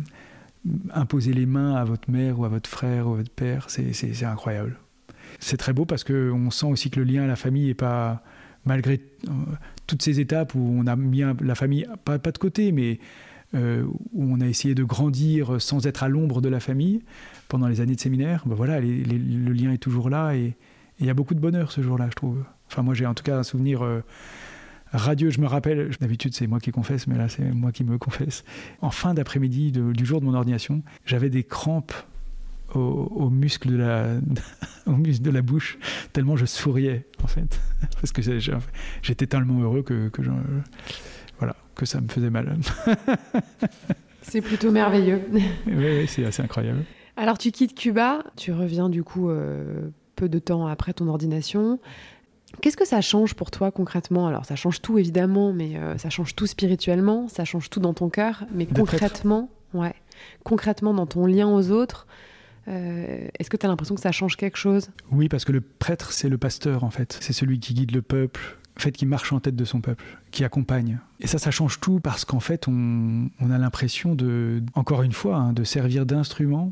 imposer les mains à votre mère ou à votre frère ou à votre père, c'est, c'est, c'est incroyable. C'est très beau parce qu'on sent aussi que le lien à la famille n'est pas, malgré euh, toutes ces étapes où on a mis la famille, pas, pas de côté, mais euh, où on a essayé de grandir sans être à l'ombre de la famille pendant les années de séminaire, ben voilà, les, les, le lien est toujours là et il y a beaucoup de bonheur ce jour-là, je trouve. Enfin, moi, j'ai en tout cas un souvenir... Euh, radieux, je me rappelle, d'habitude c'est moi qui confesse, mais là c'est moi qui me confesse. En fin d'après-midi de, du jour de mon ordination, j'avais des crampes aux, aux muscles de la, aux muscles de la bouche, tellement je souriais en fait, parce que j'étais tellement heureux que, que, je, voilà, que ça me faisait mal. C'est plutôt merveilleux. Oui, oui, c'est assez incroyable. Alors tu quittes Cuba, tu reviens du coup euh, peu de temps après ton ordination. Qu'est-ce que ça change pour toi concrètement? Alors ça change tout évidemment, mais euh, ça change tout spirituellement, ça change tout dans ton cœur, mais De concrètement, ouais, concrètement dans ton lien aux autres, Euh, est-ce que tu as l'impression que ça change quelque chose ? Oui, parce que le prêtre, c'est le pasteur, en fait. C'est celui qui guide le peuple, en fait, qui marche en tête de son peuple, qui accompagne. Et ça, ça change tout parce qu'en fait, on, on a l'impression de, encore une fois, hein, de servir d'instrument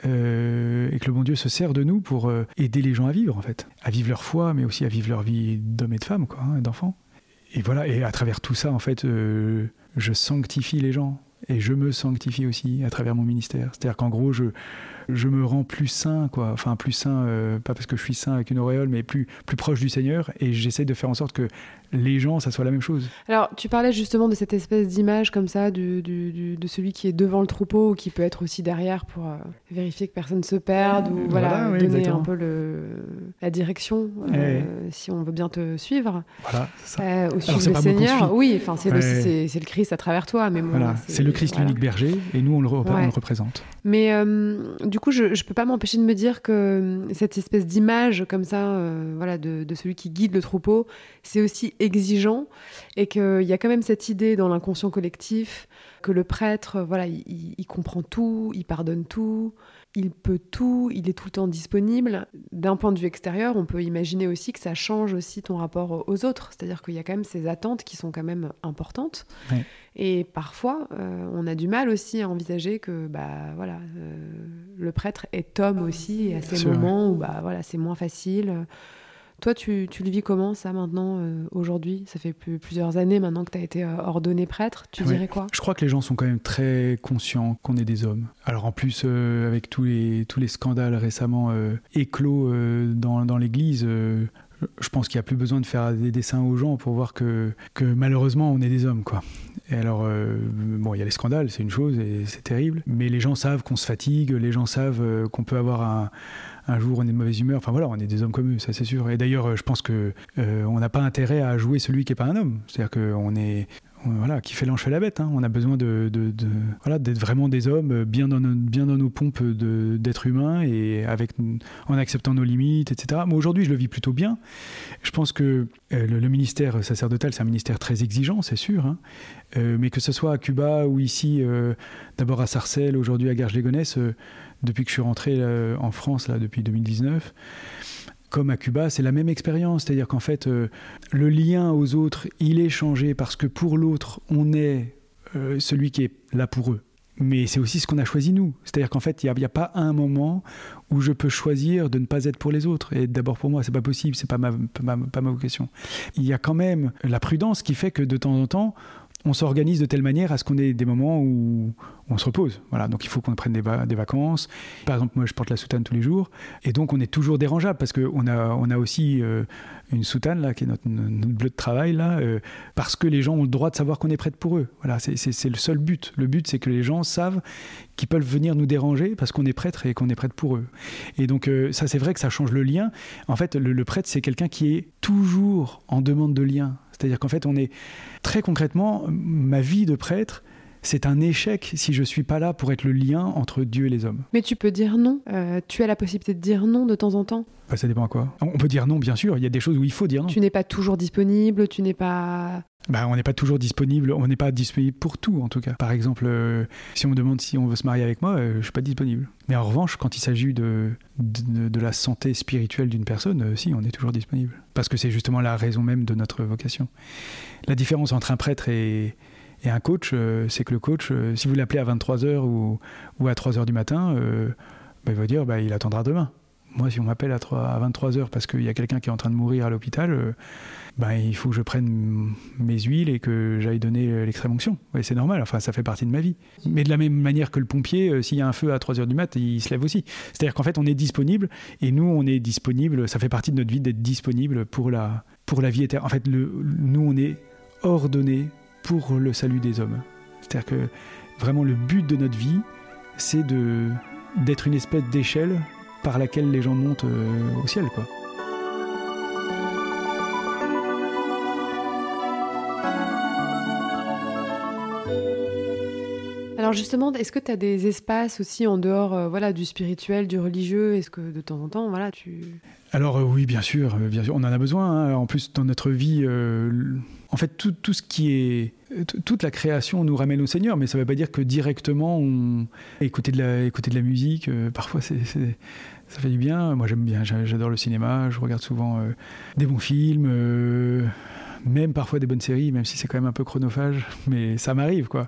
euh, et que le bon Dieu se sert de nous pour euh, aider les gens à vivre, en fait. À vivre leur foi, mais aussi à vivre leur vie d'hommes et de femmes, quoi, hein, d'enfants. Et voilà, et à travers tout ça, en fait, euh, je sanctifie les gens. Et je me sanctifie aussi à travers mon ministère. C'est-à-dire qu'en gros, je, je me rends plus saint, quoi. Enfin, plus saint, euh, pas parce que je suis saint avec une auréole, mais plus, plus proche du Seigneur. Et j'essaie de faire en sorte que les gens, ça soit la même chose. Alors, tu parlais justement de cette espèce d'image comme ça, du, du, du, de celui qui est devant le troupeau, ou qui peut être aussi derrière pour euh, vérifier que personne ne se perde, ou voilà, voilà oui, donner exactement. un peu le, la direction, euh, oui. si on veut bien te suivre. Voilà, c'est ça. Euh, au Alors, c'est le pas Seigneur, oui, enfin, c'est, ouais. le, c'est, c'est le Christ à travers toi. Mais bon, voilà, c'est, c'est le Christ, voilà. l'unique berger, et nous, on le, re- ouais. on le représente. Mais euh, du coup, je ne peux pas m'empêcher de me dire que cette espèce d'image comme ça, euh, voilà, de, de celui qui guide le troupeau, c'est aussi exigeant. Et qu'il y a quand même cette idée dans l'inconscient collectif que le prêtre, voilà, il, il comprend tout, il pardonne tout, il peut tout, il est tout le temps disponible. D'un point de vue extérieur, on peut imaginer aussi que ça change aussi ton rapport aux autres. C'est-à-dire qu'il y a quand même ces attentes qui sont quand même importantes. Ouais. Et parfois, euh, on a du mal aussi à envisager que bah, voilà, euh, le prêtre est homme aussi, et à ces c'est moments vrai. où bah, voilà, c'est moins facile. Toi, tu, tu le vis comment, ça, maintenant, euh, aujourd'hui ? Ça fait plus, plusieurs années maintenant que tu as été euh, ordonné prêtre. Tu oui. dirais quoi ? Je crois que les gens sont quand même très conscients qu'on est des hommes. Alors en plus, euh, avec tous les, tous les scandales récemment euh, éclos euh, dans, dans l'Église, euh, je pense qu'il n'y a plus besoin de faire des dessins aux gens pour voir que, que malheureusement, on est des hommes, quoi. Et alors, euh, bon, il y a les scandales, c'est une chose, et c'est terrible. Mais les gens savent qu'on se fatigue, les gens savent euh, qu'on peut avoir un... un jour on est de mauvaise humeur, enfin voilà, on est des hommes comme eux, ça c'est sûr. Et d'ailleurs, je pense que euh, on n'a pas intérêt à jouer celui qui n'est pas un homme. C'est-à-dire qu'on est, on, voilà, qui fait l'ange fait la bête. Hein. On a besoin de, de, de, voilà, d'être vraiment des hommes, bien dans nos, bien dans nos pompes de, d'être humains et avec, en acceptant nos limites, et cetera. Mais aujourd'hui, je le vis plutôt bien. Je pense que euh, le, le ministère sacerdotal, c'est un ministère très exigeant, c'est sûr. Hein. Euh, mais que ce soit à Cuba ou ici, euh, d'abord à Sarcelles, aujourd'hui à Garges-les-Gonesse, euh, depuis que je suis rentré euh, en France, là, depuis deux mille dix-neuf, comme à Cuba, c'est la même expérience. C'est-à-dire qu'en fait, euh, le lien aux autres, il est changé parce que pour l'autre, on est euh, celui qui est là pour eux. Mais c'est aussi ce qu'on a choisi nous. C'est-à-dire qu'en fait, il n'y a, a pas un moment où je peux choisir de ne pas être pour les autres et être d'abord pour moi. C'est pas possible, c'est pas ma, pas ma, pas ma vocation. Il y a quand même la prudence qui fait que de temps en temps, on s'organise de telle manière à ce qu'on ait des moments où on se repose. Voilà, donc il faut qu'on prenne des, va- des vacances. Par exemple, moi, je porte la soutane tous les jours. Et donc, on est toujours dérangeable parce qu'on a, on a aussi euh, une soutane, là, qui est notre, notre bleu de travail, là, euh, parce que les gens ont le droit de savoir qu'on est prête pour eux. Voilà, c'est, c'est, c'est le seul but. Le but, c'est que les gens savent qu'ils peuvent venir nous déranger parce qu'on est prêtre et qu'on est prête pour eux. Et donc, euh, ça, c'est vrai que ça change le lien. En fait, le, le prêtre, c'est quelqu'un qui est toujours en demande de lien. C'est-à-dire qu'en fait, on est très concrètement, ma vie de prêtre, c'est un échec si je ne suis pas là pour être le lien entre Dieu et les hommes. Mais tu peux dire non. Euh, tu as la possibilité de dire non de temps en temps. Bah, ça dépend à quoi. On peut dire non, bien sûr. Il y a des choses où il faut dire non. Tu n'es pas toujours disponible, tu n'es pas... Bah, on n'est pas toujours disponible. On n'est pas disponible pour tout, en tout cas. Par exemple, euh, si on me demande si on veut se marier avec moi, euh, je ne suis pas disponible. Mais en revanche, quand il s'agit de, de, de la santé spirituelle d'une personne, euh, si, on est toujours disponible. Parce que c'est justement la raison même de notre vocation. La différence entre un prêtre et... Et un coach, euh, c'est que le coach, euh, si vous l'appelez à vingt-trois heures ou, ou à trois heures du matin, euh, bah, il va dire bah, il attendra demain. Moi, si on m'appelle à, à vingt-trois heures parce qu'il y a quelqu'un qui est en train de mourir à l'hôpital, euh, bah, il faut que je prenne mes huiles et que j'aille donner l'extrême onction. Ouais, c'est normal, enfin, ça fait partie de ma vie. Mais de la même manière que le pompier, euh, s'il y a un feu à trois heures du mat, il se lève aussi. C'est-à-dire qu'en fait, on est disponible et nous, on est disponible, ça fait partie de notre vie d'être disponible pour la, pour la vie éternelle. En fait, le, nous, on est ordonnés pour le salut des hommes. C'est-à-dire que vraiment le but de notre vie, c'est de, d'être une espèce d'échelle par laquelle les gens montent euh, au ciel, quoi. Alors justement, est-ce que tu as des espaces aussi en dehors euh, voilà, du spirituel, du religieux ? Est-ce que de temps en temps, voilà, tu... Alors euh, oui, bien sûr, euh, bien sûr, on en a besoin. Hein. En plus, dans notre vie, euh, en fait, tout, tout ce qui est t- toute la création nous ramène au Seigneur, mais ça ne veut pas dire que directement, on... écouter, de la, écouter de la musique, euh, parfois c'est, c'est, ça fait du bien. Moi j'aime bien, j'adore le cinéma, je regarde souvent euh, des bons films, euh, même parfois des bonnes séries, même si c'est quand même un peu chronophage, mais ça m'arrive, quoi.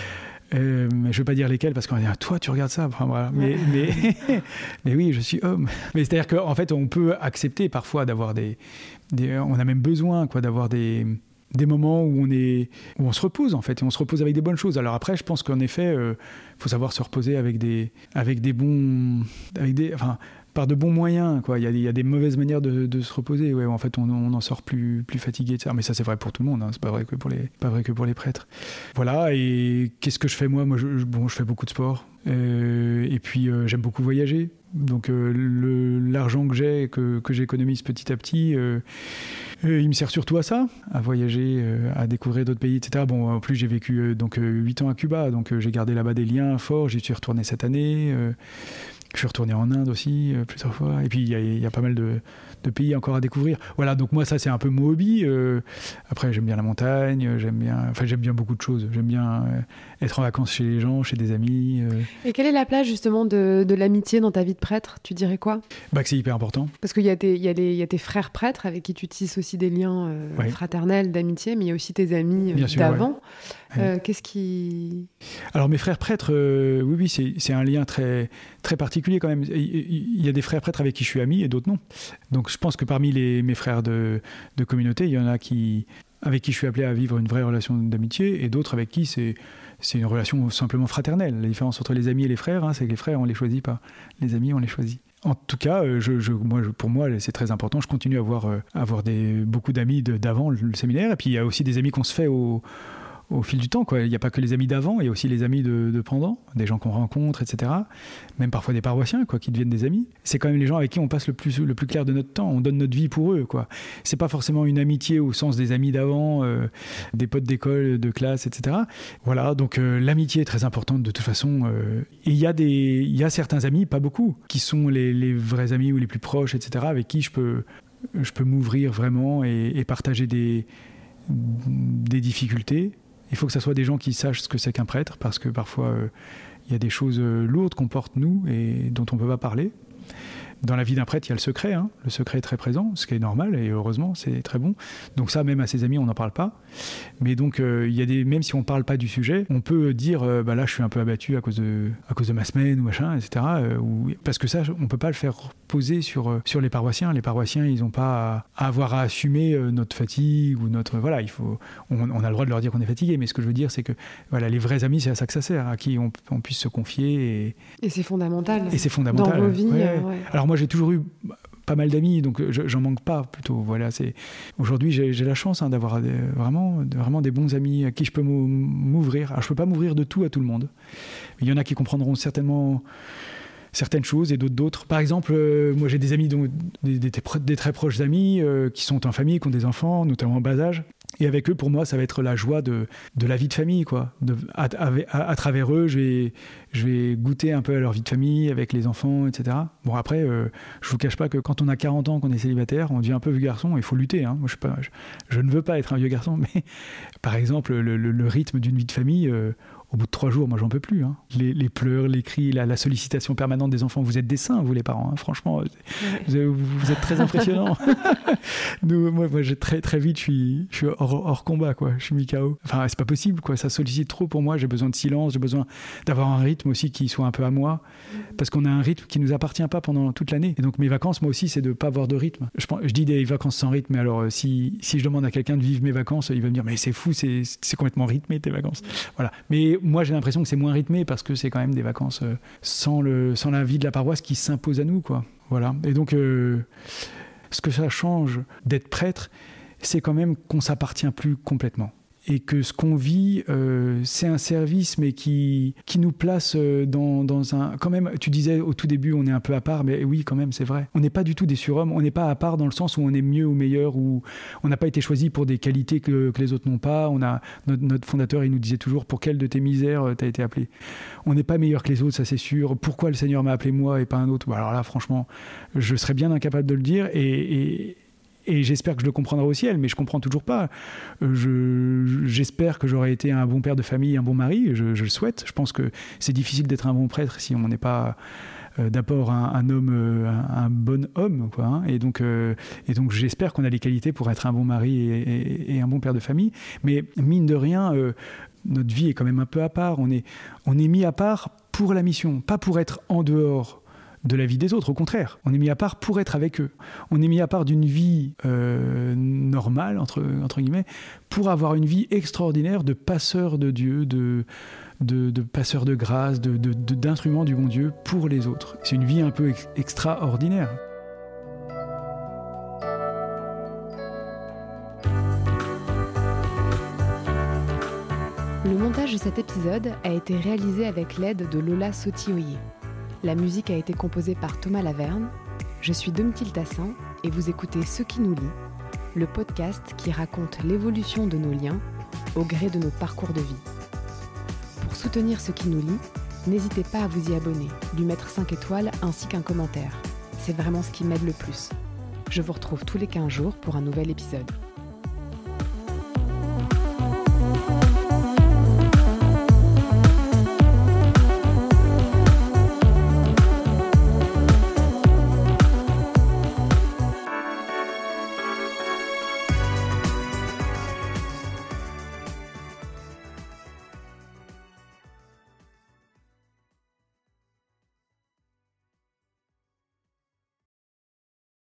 Euh, mais je ne veux pas dire lesquels parce qu'on va dire toi tu regardes ça, enfin, voilà. mais, mais, mais oui je suis homme, mais c'est à dire qu'en fait on peut accepter parfois d'avoir des, des on a même besoin quoi, d'avoir des, des moments où on, est, où on se repose en fait, et on se repose avec des bonnes choses. Alors après je pense qu'en effet il euh, faut savoir se reposer avec des, avec des bons avec des, enfin, par de bons moyens, quoi. Il y a, il y a des mauvaises manières de, de se reposer. Ouais, en fait, on, on en sort plus, plus fatigué. De ça. Mais ça, c'est vrai pour tout le monde. Hein. C'est pas vrai que pour les, pas vrai que pour les prêtres. Voilà. Et qu'est-ce que je fais moi Moi, je, bon, je fais beaucoup de sport. Euh, et puis, euh, j'aime beaucoup voyager. Donc, euh, le, l'argent que j'ai, que, que j'économise petit à petit, euh, euh, il me sert surtout à ça, à voyager, euh, à découvrir d'autres pays, et cetera. Bon, en plus, j'ai vécu euh, donc euh, huit ans à Cuba, donc euh, j'ai gardé là-bas des liens forts. J'y suis retourné cette année. Euh, Je suis retourné en Inde aussi, euh, plusieurs fois. Et puis, il y, y a pas mal de, de pays encore à découvrir. Voilà, donc moi, ça, c'est un peu mon hobby. Euh, après, j'aime bien la montagne, j'aime bien, enfin, j'aime bien beaucoup de choses. J'aime bien euh, être en vacances chez les gens, chez des amis. Euh. Et quelle est la place, justement, de, de l'amitié dans ta vie de prêtre ? Tu dirais quoi ? Bah, que c'est hyper important. Parce qu'il y a tes, il y a les, il y a tes frères prêtres avec qui tu tisses aussi des liens euh, ouais. fraternels, d'amitié, mais il y a aussi tes amis euh, sûr, d'avant. Ouais. Euh, qu'est-ce qui... Alors mes frères prêtres, euh, oui, oui, c'est, c'est un lien très, très particulier quand même. Il y a des frères prêtres avec qui je suis ami et d'autres non. Donc je pense que parmi les, mes frères de, de communauté, il y en a qui, avec qui je suis appelé à vivre une vraie relation d'amitié et d'autres avec qui c'est, c'est une relation simplement fraternelle. La différence entre les amis et les frères, hein, c'est que les frères, on les choisit pas. Les amis, on les choisit. En tout cas, je, je, moi, je, pour moi, c'est très important. Je continue à avoir, euh, avoir des, beaucoup d'amis de, d'avant le, le séminaire. Et puis il y a aussi des amis qu'on se fait au... au fil du temps, quoi. Il n'y a pas que les amis d'avant, il y a aussi les amis de, de pendant, des gens qu'on rencontre, et cetera. Même parfois des paroissiens, quoi, qui deviennent des amis. C'est quand même les gens avec qui on passe le plus, le plus clair de notre temps. On donne notre vie pour eux, quoi. C'est pas forcément une amitié au sens des amis d'avant, euh, des potes d'école, de classe, et cetera. Voilà, donc euh, l'amitié est très importante de toute façon. Euh, et il y a des, il y a certains amis, pas beaucoup, qui sont les, les vrais amis ou les plus proches, et cetera, avec qui je peux, je peux m'ouvrir vraiment et, et partager des, des difficultés. Il faut que ce soit des gens qui sachent ce que c'est qu'un prêtre, parce que parfois, il euh, y a des choses euh, lourdes qu'on porte, nous, et dont on ne peut pas parler. Dans la vie d'un prêtre, il y a le secret. Hein. Le secret est très présent, ce qui est normal, et heureusement, c'est très bon. Donc ça, même à ses amis, on n'en parle pas. Mais donc, euh, il y a des, même si on ne parle pas du sujet, on peut dire, euh, bah là, je suis un peu abattu à cause de, à cause de ma semaine, ou machin, et cetera. Euh, ou, parce que ça, on ne peut pas le faire poser sur, euh, sur les paroissiens. Les paroissiens, ils n'ont pas à, à avoir à assumer euh, notre fatigue, ou notre... Voilà, il faut, on, on a le droit de leur dire qu'on est fatigué, mais ce que je veux dire, c'est que voilà, les vrais amis, c'est à ça que ça sert, à qui on, on puisse se confier. Et, et c'est fondamental. Et c'est fondamental. Dans vos vies. Ouais. Euh, ouais. Alors moi, j'ai toujours eu pas mal d'amis, donc je, j'en manque pas plutôt. Voilà, c'est... Aujourd'hui, j'ai, j'ai la chance hein, d'avoir des, vraiment, vraiment des bons amis à qui je peux m'ouvrir. Alors, je peux pas m'ouvrir de tout à tout le monde. Il y en a qui comprendront certainement certaines choses et d'autres d'autres. Par exemple, euh, moi j'ai des amis, dont, des, des, des très proches amis euh, qui sont en famille, qui ont des enfants, notamment en bas âge. Et avec eux, pour moi, ça va être la joie de, de la vie de famille, quoi. De, à, à, à travers eux, je vais, je vais goûter un peu à leur vie de famille, avec les enfants, et cetera. Bon, après, euh, je vous cache pas que quand on a quarante ans, qu'on est célibataire, on devient un peu vieux garçon, il faut lutter. Hein. Moi, je, suis pas, je, je ne veux pas être un vieux garçon, mais par exemple, le, le, le rythme d'une vie de famille... Euh, au bout de trois jours, moi, j'en peux plus. Hein. Les, les pleurs, les cris, la, la sollicitation permanente des enfants. Vous êtes des saints, vous, les parents. Hein. Franchement, ouais. vous, vous êtes très impressionnants. Nous, moi, moi, j'ai très, très vite, je suis, je suis hors, hors combat, quoi. Je suis mis K O. Enfin, c'est pas possible, quoi. Ça sollicite trop pour moi. J'ai besoin de silence. J'ai besoin d'avoir un rythme aussi qui soit un peu à moi. Parce qu'on a un rythme qui nous appartient pas pendant toute l'année. Et donc, mes vacances, moi aussi, c'est de pas avoir de rythme. Je, je dis des vacances sans rythme, mais alors, si, si je demande à quelqu'un de vivre mes vacances, il va me dire, mais c'est fou, c'est, c'est complètement rythmé, tes vacances. Voilà. Mais moi, j'ai l'impression que c'est moins rythmé parce que c'est quand même des vacances euh, sans, le, sans la vie de la paroisse qui s'impose à nous, quoi. Voilà. Et donc, euh, ce que ça change d'être prêtre, c'est quand même qu'on ne s'appartient plus complètement. Et que ce qu'on vit, euh, c'est un service, mais qui, qui nous place dans, dans un... Quand même, tu disais au tout début, on est un peu à part, mais oui, quand même, c'est vrai. On n'est pas du tout des surhommes, on n'est pas à part dans le sens où on est mieux ou meilleur, ou on n'a pas été choisi pour des qualités que, que les autres n'ont pas. On a, notre, notre fondateur, il nous disait toujours, pour quelle de tes misères t'as été appelé ? On n'est pas meilleur que les autres, ça c'est sûr. Pourquoi le Seigneur m'a appelé moi et pas un autre ? Bon, alors là, franchement, je serais bien incapable de le dire, et... et Et j'espère que je le comprendrai aussi, elle, mais je ne comprends toujours pas. Je, j'espère que j'aurai été un bon père de famille, un bon mari, je, je le souhaite. Je pense que c'est difficile d'être un bon prêtre si on n'est pas euh, d'abord un, un homme, euh, un, un bon homme, quoi, hein. Et donc, euh, et donc j'espère qu'on a les qualités pour être un bon mari et, et, et un bon père de famille. Mais mine de rien, euh, notre vie est quand même un peu à part. On est, on est mis à part pour la mission, pas pour être en dehors de la vie des autres. Au contraire, on est mis à part pour être avec eux. On est mis à part d'une vie euh, normale, entre, entre guillemets, pour avoir une vie extraordinaire de passeur de Dieu, de, de, de passeur de grâce, de, de, de, d'instrument du bon Dieu pour les autres. C'est une vie un peu ex- extraordinaire. Le montage de cet épisode a été réalisé avec l'aide de Lola Sotioyer. La musique a été composée par Thomas Laverne. Je suis Domitille Tassin et vous écoutez Ce qui nous lie, le podcast qui raconte l'évolution de nos liens au gré de nos parcours de vie. Pour soutenir Ce qui nous lie, n'hésitez pas à vous y abonner, lui mettre cinq étoiles ainsi qu'un commentaire. C'est vraiment ce qui m'aide le plus. Je vous retrouve tous les quinze jours pour un nouvel épisode.